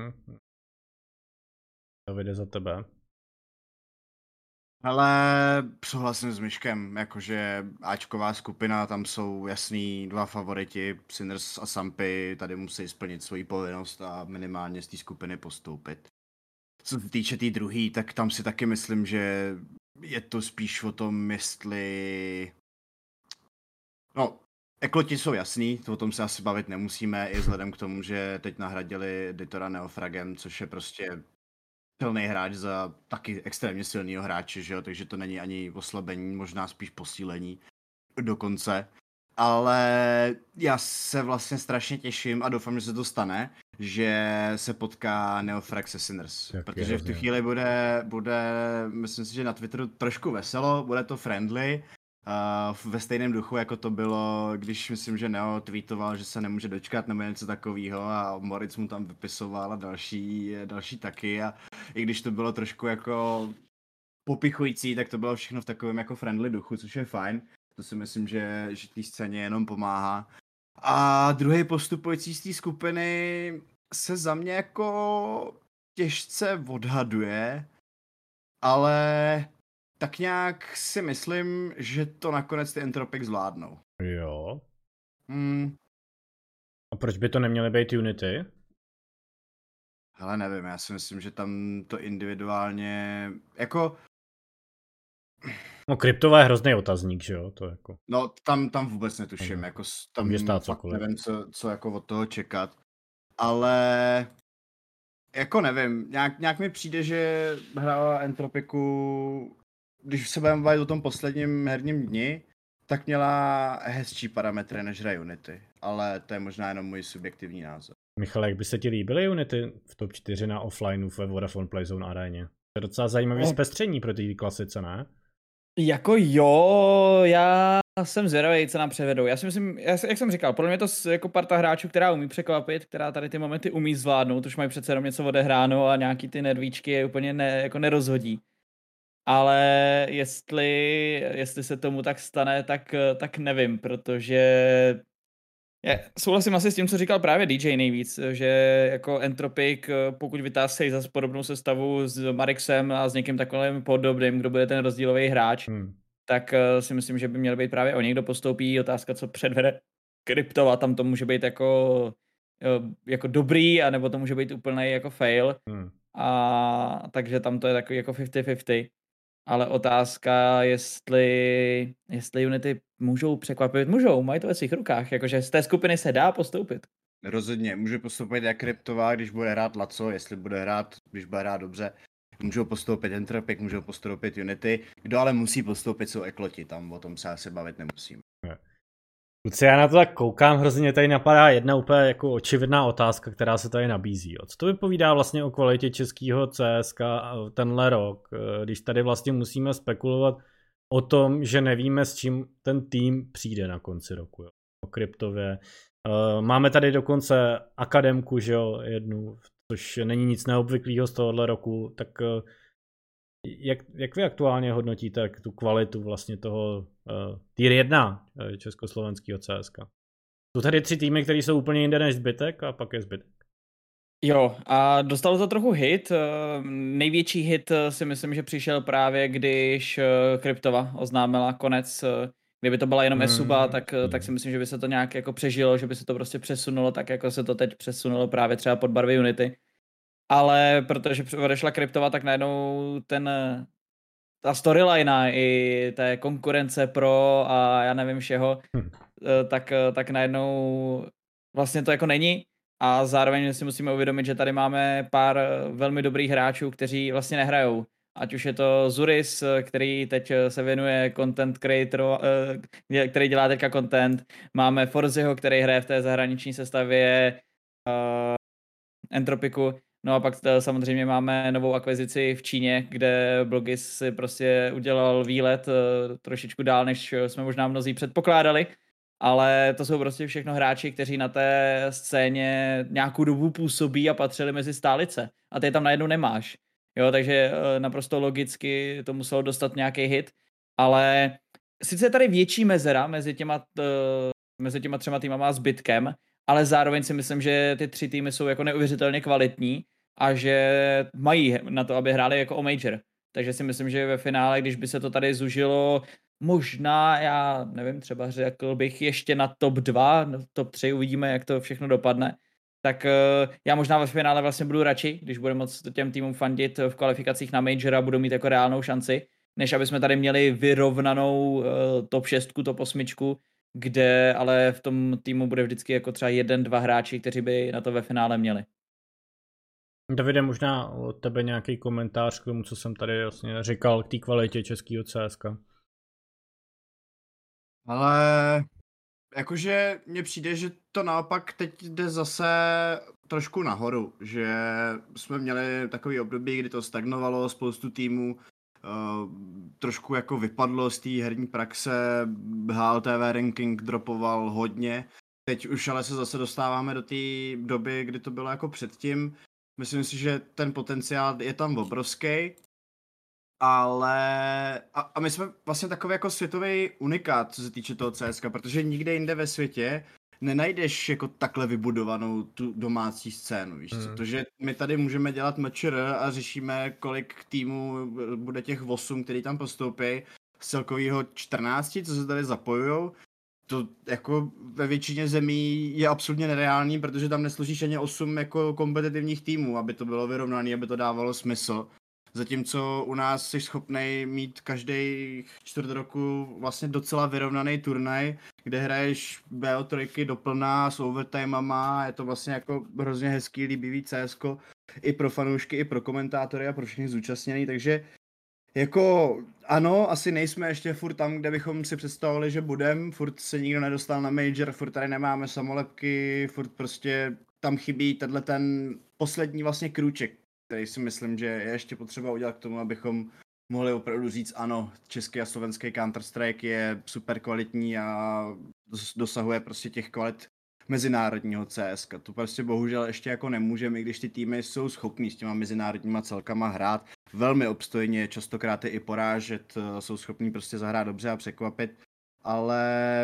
To vyjde za tebe. Ale souhlasím s Myškem, jakože Ačková skupina, tam jsou jasný dva favoriti, Sinners a Sampy, tady musí splnit svoji povinnost a minimálně z té skupiny postoupit. Co se týče té druhé, tak tam si taky myslím, že je to spíš o tom, jestli... No, Ekloti jsou jasný, o tom se asi bavit nemusíme, i vzhledem k tomu, že teď nahradili Editora Neofragem, což je prostě silný hráč za taky extrémně silného hráče, že jo? Takže to není ani oslabení, možná spíš posílení dokonce. Ale já se vlastně strašně těším a doufám, že se to stane, že se potká Neofrag se Sinners. Protože v tu chvíli bude, myslím si, že na Twitteru trošku veselo, bude to friendly ve stejném duchu, jako to bylo, když myslím, že Neo tweetoval, že se nemůže dočkat nebo něco takového a Moritz mu tam vypisoval a další taky a i když to bylo trošku jako popichující, tak to bylo všechno v takovém jako friendly duchu, což je fajn. To si myslím, že té scéně jenom pomáhá. A druhý postupující z té skupiny se za mě jako těžce odhaduje, ale tak nějak si myslím, že to nakonec ty Entropic zvládnou. Jo. A proč by to neměly být Unity? Hele, nevím, já si myslím, že tam to individuálně, jako... No, kryptová je hrozný otazník, že jo? To jako... No, tam vůbec netuším, jako tam fakt nevím, co jako od toho čekat. Ale jako nevím, nějak mi přijde, že hra Entropiku, když se budeme bavit o tom posledním herním dni, tak měla hezčí parametry než hra Unity, ale to je možná jenom můj subjektivní názor. Michale, jak by se ti líbily Unity v top 4 na offlineu ve Vodafone Playzone aréně? To je docela zajímavý zpestření pro ty klasice, ne? Jako jo, já jsem zvědavý, co nám převedou. Já si myslím, jak jsem říkal, podle mě to jako parta hráčů, která umí překvapit, která tady ty momenty umí zvládnout, už mají přece jenom něco odehráno a nějaký ty nervíčky je úplně jako nerozhodí. Ale jestli se tomu tak stane, tak nevím, protože souhlasím asi s tím, co říkal právě DJ nejvíc, že jako Entropic, pokud vytáhne zase podobnou sestavu s Marixem a s někým takovým podobným, kdo bude ten rozdílový hráč, tak si myslím, že by měl být právě o někdo postoupí. Otázka, co předvede Kryptova, tam to může být jako dobrý, anebo to může být úplný jako fail. A takže tam to je takový jako 50-50. Ale otázka, jestli Unity můžou překvapit, mají to ve svých rukách, jakože z té skupiny se dá postoupit. Rozhodně, může postoupit jak Kryptová, když bude hrát Laco, když bude hrát dobře. Můžou postoupit Entropic, můžou postoupit Unity. Kdo ale musí postoupit, jsou Ekloti, tam o tom se asi bavit nemusím. Kluci, já na to tak koukám, hrozně tady napadá jedna úplně jako očividná otázka, která se tady nabízí. Jo. Co to vypovídá vlastně o kvalitě českého CSK tenhle rok, když tady vlastně musíme spekulovat o tom, že nevíme, s čím ten tým přijde na konci roku. Jo. O kryptově. Máme tady dokonce akademku, že jo, jednu, což není nic neobvyklého z tohohle roku, tak jak vy aktuálně hodnotíte tu kvalitu vlastně toho tier 1 československého CSK? Jsou tady 3 týmy, které jsou úplně jinde než zbytek a pak je zbytek. Jo, a dostalo to trochu hit. Největší hit si myslím, že přišel právě, když Kryptova oznámila konec. Kdyby to byla jenom Esuba, tak si myslím, že by se to nějak jako přežilo, že by se to prostě přesunulo tak, jako se to teď přesunulo právě třeba pod barvy Unity. Ale protože odešla Kryptova, tak najednou ta storyline i té konkurence pro a já nevím všeho, tak najednou vlastně to jako není. A zároveň si musíme uvědomit, že tady máme pár velmi dobrých hráčů, kteří vlastně nehrajou. Ať už je to Zuris, který teď se věnuje content creatoru, který dělá teďka content. Máme Forziho, který hraje v té zahraniční sestavě Entropiku. No a pak samozřejmě máme novou akvizici v Číně, kde Blogis si prostě udělal výlet trošičku dál, než jsme možná mnozí předpokládali. Ale to jsou prostě všechno hráči, kteří na té scéně nějakou dobu působí a patřili mezi stálice. A ty tam najednou nemáš. Jo, takže naprosto logicky to muselo dostat nějaký hit. Ale sice je tady větší mezera mezi těma 3 týmama a zbytkem, ale zároveň si myslím, že ty 3 týmy jsou jako neuvěřitelně kvalitní a že mají na to, aby hráli jako o major. Takže si myslím, že ve finále, když by se to tady zužilo, možná, já nevím, třeba řekl bych ještě na top 2, top 3, uvidíme, jak to všechno dopadne. Tak já možná ve finále vlastně budu radši, když budeme moc těm týmům fandit v kvalifikacích na major a budou mít jako reálnou šanci, než aby jsme tady měli vyrovnanou top 6, top 8, kde ale v tom týmu bude vždycky jako třeba 1-2 hráči, kteří by na to ve finále měli. Davide, možná od tebe nějaký komentář k tomu, co jsem tady vlastně říkal k té kvalitě českého CSK. Ale jakože mně přijde, že to naopak teď jde zase trošku nahoru, že jsme měli takový období, kdy to stagnovalo, spoustu týmů trošku jako vypadlo z té herní praxe, HLTV ranking dropoval hodně. Teď už ale se zase dostáváme do té doby, kdy to bylo jako předtím. Myslím si, že ten potenciál je tam obrovský, ale a my jsme vlastně takový jako světový unikát, co se týče toho CSka, protože nikde jinde ve světě nenajdeš jako takhle vybudovanou tu domácí scénu, víš co? To, že my tady můžeme dělat MČR a řešíme, kolik týmů bude těch 8, který tam postoupí, z celkového 14, co se tady zapojujou, to jako ve většině zemí je absolutně nereálný, protože tam nesložíš ani 8 jako kompetitivních týmů, aby to bylo vyrovnané, aby to dávalo smysl. Zatímco u nás jsi schopnej mít každý čtvrt roku vlastně docela vyrovnaný turnaj, kde hraješ BO3 doplná s overtimama, je to vlastně jako hrozně hezký, líbivý CSko i pro fanoušky, i pro komentátory a pro všechny zúčastněný, takže jako ano, asi nejsme ještě furt tam, kde bychom si představovali, že budem, furt se nikdo nedostal na major, furt tady nemáme samolepky, furt prostě tam chybí tenhle ten poslední vlastně krůček, který si myslím, že je ještě potřeba udělat k tomu, abychom mohli opravdu říct ano, český a slovenský Counter-Strike je super kvalitní a dosahuje prostě těch kvalit mezinárodního CSka. To prostě bohužel ještě jako nemůžeme, i když ty týmy jsou schopní s těma mezinárodníma celkama hrát velmi obstojně, častokrát i porážet, jsou schopní prostě zahrát dobře a překvapit, ale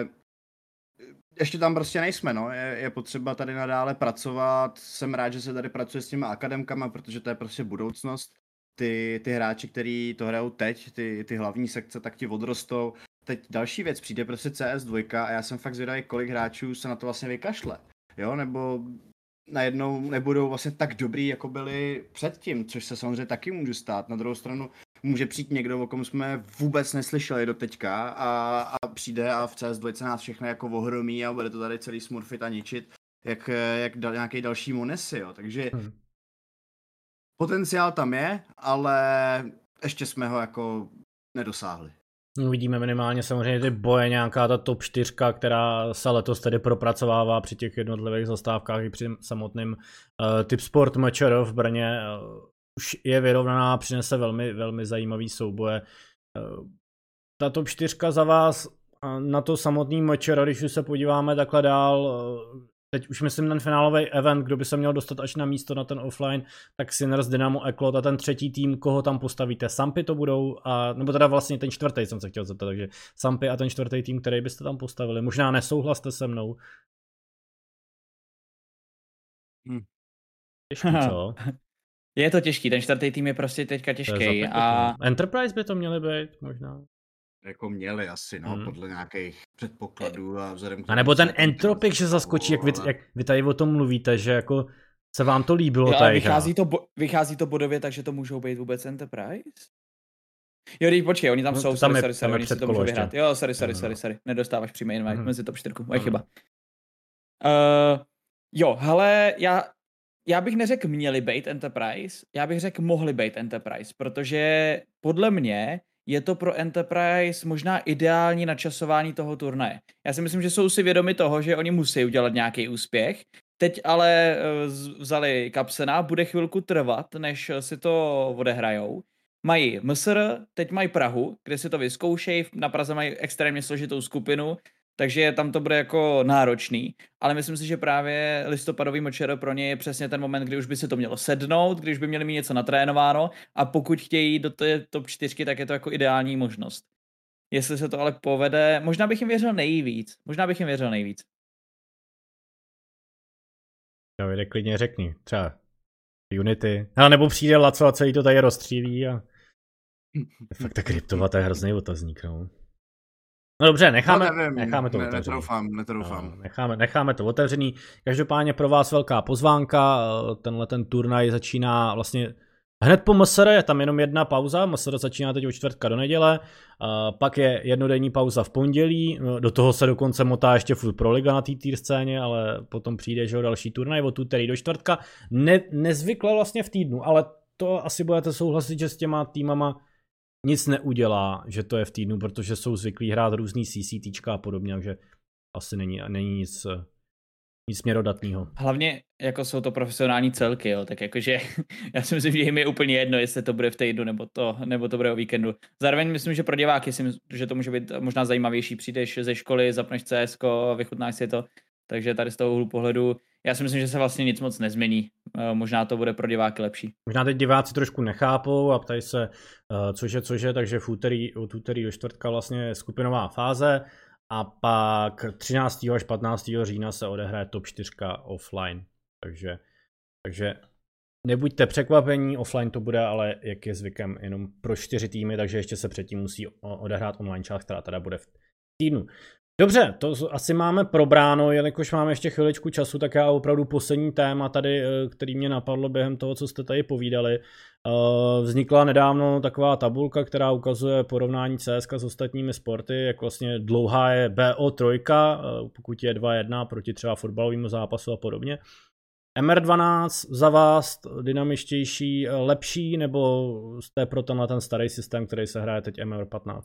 ještě tam prostě nejsme, no. Je potřeba tady nadále pracovat, jsem rád, že se tady pracuje s těma akademkama, protože to je prostě budoucnost. Ty hráči, kteří to hrajou teď, ty hlavní sekce, tak ti odrostou. Teď další věc, přijde prostě CS2 a já jsem fakt zvědavý, kolik hráčů se na to vlastně vykašle, jo, nebo najednou nebudou vlastně tak dobrý, jako byli předtím, což se samozřejmě taky může stát. Na druhou stranu může přijít někdo, o kom jsme vůbec neslyšeli do teďka a přijde a v CS2 nás všechno jako ohromí a bude to tady celý smurfit a ničit, jak nějaký další Monesy, jo, takže potenciál tam je, ale ještě jsme ho jako nedosáhli. Uvidíme minimálně samozřejmě ty boje, nějaká ta top 4, která se letos tedy propracovává při těch jednotlivých zastávkách i při samotným Tipsport MČR v Brně. Už je vyrovnaná, přinese velmi, velmi zajímavý souboje. Ta top 4 za vás na to samotný MČR, když už se podíváme takhle dál, teď už myslím ten finálový event, kdo by se měl dostat až na místo na ten offline, tak Sinners, Dynamo, Eklot a ten třetí tým, koho tam postavíte? Sampy to budou, nebo teda vlastně ten čtvrtý jsem se chtěl zeptat, takže Sampy a ten čtvrtý tým, který byste tam postavili. Možná nesouhlaste se mnou. Těžký, co? Je to těžký, ten čtvrtý tým je prostě teďka těžký. A Enterprise by to měly být, možná. Jako měli asi, no, podle nějakých předpokladů a vzhledem k tomu... A nebo ten Entropic, že zaskočí, jak vy tady o tom mluvíte, že jako se vám to líbilo tady. Vychází to bodově, takže to můžou být vůbec Enterprise? Jo, teď počkej, oni tam jsou, sorry, oni si to můžou vyhrát. Jo, sorry, nedostáváš přímý invite mezi top 4, moje chyba. Jo, hele, já bych neřekl měli být Enterprise, já bych řekl mohli být Enterprise, protože podle mě je to pro Enterprise možná ideální načasování toho turnaje. Já si myslím, že jsou si vědomi toho, že oni musí udělat nějaký úspěch. Teď ale vzali Kapsena, bude chvilku trvat, než si to odehrajou. Mají MSR, teď mají Prahu, kde si to vyzkoušejí, na Praze mají extrémně složitou skupinu, takže tam to bude jako náročný, ale myslím si, že právě listopadový MČR pro ně je přesně ten moment, kdy už by se to mělo sednout, když by měli mít něco natrénováno a pokud chtějí do té top 4, tak je to jako ideální možnost. Jestli se to ale povede, možná bych jim věřil nejvíc. No, klidně řekni, třeba Unity, nebo přijde Laco a celý to tady rozstřílí a fakt ta kryptova, to je hrozný otazník, no. No dobře, necháme to otevřený. Netroufám. Necháme to otevřený. Každopádně pro vás velká pozvánka, tenhle ten turnaj začíná vlastně hned po MSR, je tam jenom jedna pauza, MSR začíná teď od čtvrtka do neděle, pak je jednodenní pauza v pondělí, do toho se dokonce motá ještě furt pro liga na té tier scéně, ale potom přijde, že další turnaj od úterý do čtvrtka. Nezvykle vlastně v týdnu, ale to asi budete souhlasit, že s těma týmama nic neudělá, že to je v týdnu, protože jsou zvyklí hrát různý CCTčka a podobně, takže asi není nic nic směrodatného. Hlavně jako jsou to profesionální celky, jo, tak jakože já si myslím, že jim je úplně jedno, jestli to bude v týdnu nebo to bude o víkendu. Zároveň myslím, že pro diváky že to může být možná zajímavější, přijdeš ze školy, zapneš CSko, vychutnáš si to, takže tady z toho úhlu pohledu já si myslím, že se vlastně nic moc nezmění. Možná to bude pro diváky lepší. Možná teď diváci trošku nechápou a ptají se, cože, takže od úterý do čtvrtka vlastně je skupinová fáze a pak 13. až 15. října se odehraje top 4 offline. Takže nebuďte překvapení, offline to bude, ale jak je zvykem jenom pro 4 týmy, takže ještě se předtím musí odehrát online část, která teda bude v týdnu. Dobře, to asi máme probráno, jelikož máme ještě chviličku času, tak já opravdu poslední téma tady, který mě napadlo během toho, co jste tady povídali. Vznikla nedávno taková tabulka, která ukazuje porovnání CSK s ostatními sporty, jak vlastně dlouhá je BO3, pokud je 2-1 proti třeba fotbalovému zápasu a podobně. MR12 za vás dynamičtější, lepší, nebo jste pro ten starý systém, který se hraje teď MR15?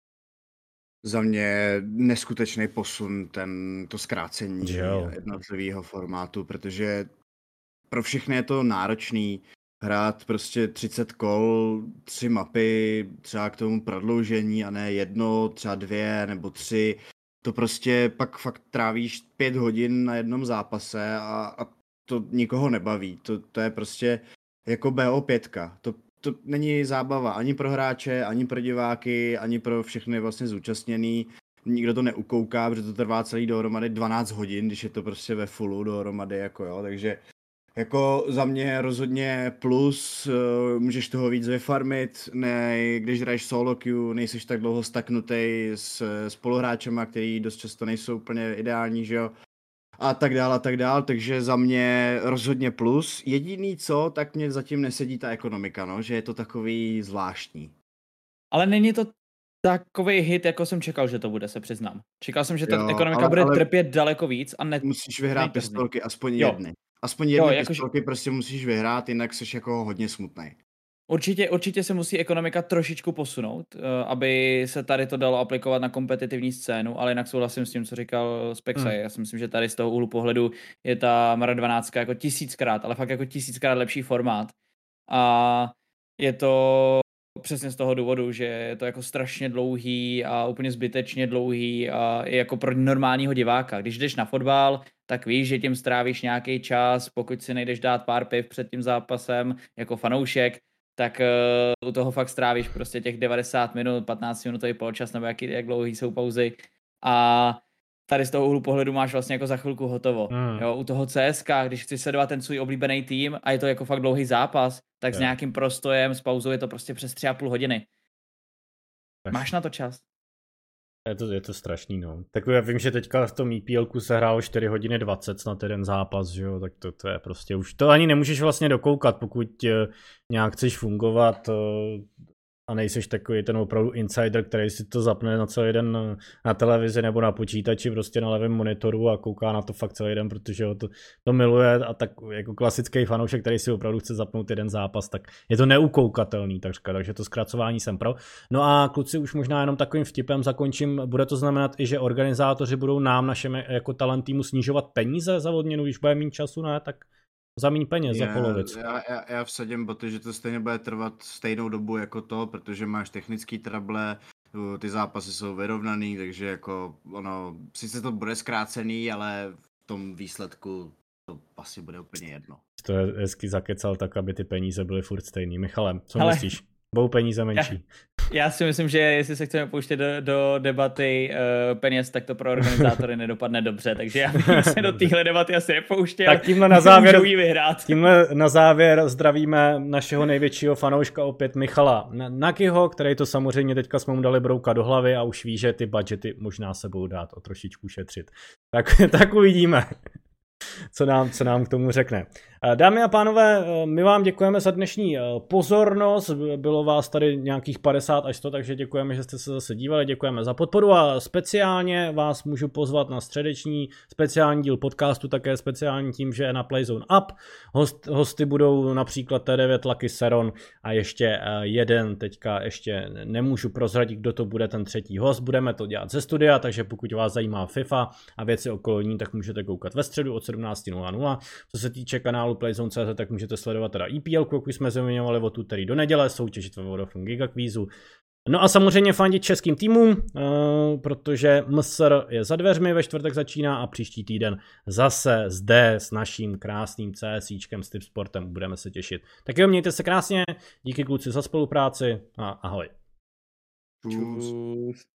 Za mě neskutečný posun to zkrácení jednotlivého formátu, protože pro všechny je to náročný hrát prostě 30 kol, 3 mapy, třeba k tomu prodloužení a ne 1, třeba 2 nebo 3. To prostě pak fakt trávíš 5 hodin na jednom zápase a to nikoho nebaví. To je prostě jako BO5. To není zábava ani pro hráče, ani pro diváky, ani pro všechny vlastně zúčastněný. Nikdo to neukouká, protože to trvá celý dohromady 12 hodin, když je to prostě ve fullu dohromady, jako jo, takže jako za mě rozhodně plus, můžeš toho víc vyfarmit, když hraješ solo queue, nejseš tak dlouho staknutej s spoluhráčema, který dost často nejsou úplně ideální, že jo, a tak dál, takže za mě rozhodně plus. Jediný co, tak mě zatím nesedí ta ekonomika, no, že je to takový zvláštní. Ale není to takový hit, jako jsem čekal, že to bude, se přiznám. Čekal jsem, že ta ekonomika bude trpět daleko víc a musíš vyhrát pistolky, aspoň jedny. Aspoň jedny pistolky prostě musíš vyhrát, jinak jsi jako hodně smutnej. Určitě se musí ekonomika trošičku posunout, aby se tady to dalo aplikovat na kompetitivní scénu, ale jinak souhlasím s tím, co říkal Spexaj. Já si myslím, že tady z toho úhlu pohledu je ta Mara 12 jako 1000krát, ale fakt jako 1000krát lepší formát. A je to přesně z toho důvodu, že je to jako strašně dlouhý a úplně zbytečně dlouhý a je jako pro normálního diváka. Když jdeš na fotbal, tak víš, že tím strávíš nějaký čas, pokud si nejdeš dát pár piv před tím zápasem jako fanoušek, tak u toho fakt strávíš prostě těch 90 minut, 15 minutový poločas, nebo jak dlouhý jsou pauzy. A tady z toho úhlu pohledu máš vlastně jako za chvilku hotovo. Jo, u toho CSK, když chceš sledovat ten svůj oblíbený tým a je to jako fakt dlouhý zápas, tak s nějakým prostojem, s pauzou je to prostě přes 3,5 hodiny. Máš na to čas. Je to strašný, no. Tak já vím, že teďka v tom EPL-ku se hrálo 4 hodiny 20 na jeden zápas, že jo, tak to je prostě už, to ani nemůžeš vlastně dokoukat, pokud nějak chceš fungovat a nejseš takový ten opravdu insider, který si to zapne na celý den na televizi nebo na počítači, prostě na levém monitoru a kouká na to fakt celý den, protože ho to miluje a tak jako klasický fanoušek, který si opravdu chce zapnout jeden zápas, tak je to neukoukatelný takřka, takže to zkracování jsem pro. No a kluci, už možná jenom takovým vtipem zakončím, bude to znamenat i, že organizátoři budou nám, našem jako talent týmu snižovat peníze za odměnu, když bude mít času, ne, tak za méně peněz, za polovic. Já vsadím boty, že to stejně bude trvat stejnou dobu jako to, protože máš technický trable, ty zápasy jsou vyrovnaný, takže jako ono, sice to bude zkrácený, ale v tom výsledku to asi bude úplně jedno. To je hezky zakecal tak, aby ty peníze byly furt stejný. Michale, co myslíš? Budou peníze menší? Já si myslím, že jestli se chceme pouštět do debaty peněz, tak to pro organizátory nedopadne dobře, takže já bych se do téhle debaty asi nepouštěl. Tak tímhle na závěr zdravíme našeho největšího fanouška opět Michala Nagyho, který to samozřejmě teďka jsme mu dali brouka do hlavy a už ví, že ty budgety možná se budou dát o trošičku šetřit. Tak uvidíme. co nám k tomu řekne. Dámy a pánové, my vám děkujeme za dnešní pozornost, bylo vás tady nějakých 50 až 100, takže děkujeme, že jste se zase dívali, děkujeme za podporu a speciálně vás můžu pozvat na středeční speciální díl podcastu, také speciální tím, že je na Playzone Up. Hosty budou například T9 Lucky Seron a ještě jeden, teďka ještě nemůžu prozradit, kdo to bude ten třetí host, budeme to dělat ze studia, takže pokud vás zajímá FIFA a věci okolo ní, tak můžete koukat ve středu od 17:00. Co se týče kanálu Playzone.cz, tak můžete sledovat teda EPL, jak už jsme zmiňovali od úterý do neděle, soutěžit ve Vodafone Giga Kvízu. No a samozřejmě fandit českým týmům, protože MSR je za dveřmi, ve čtvrtek začíná a příští týden zase zde s naším krásným CSíčkem s Tipsportem budeme se těšit. Tak jo, mějte se krásně, díky kluci za spolupráci a ahoj. Čus.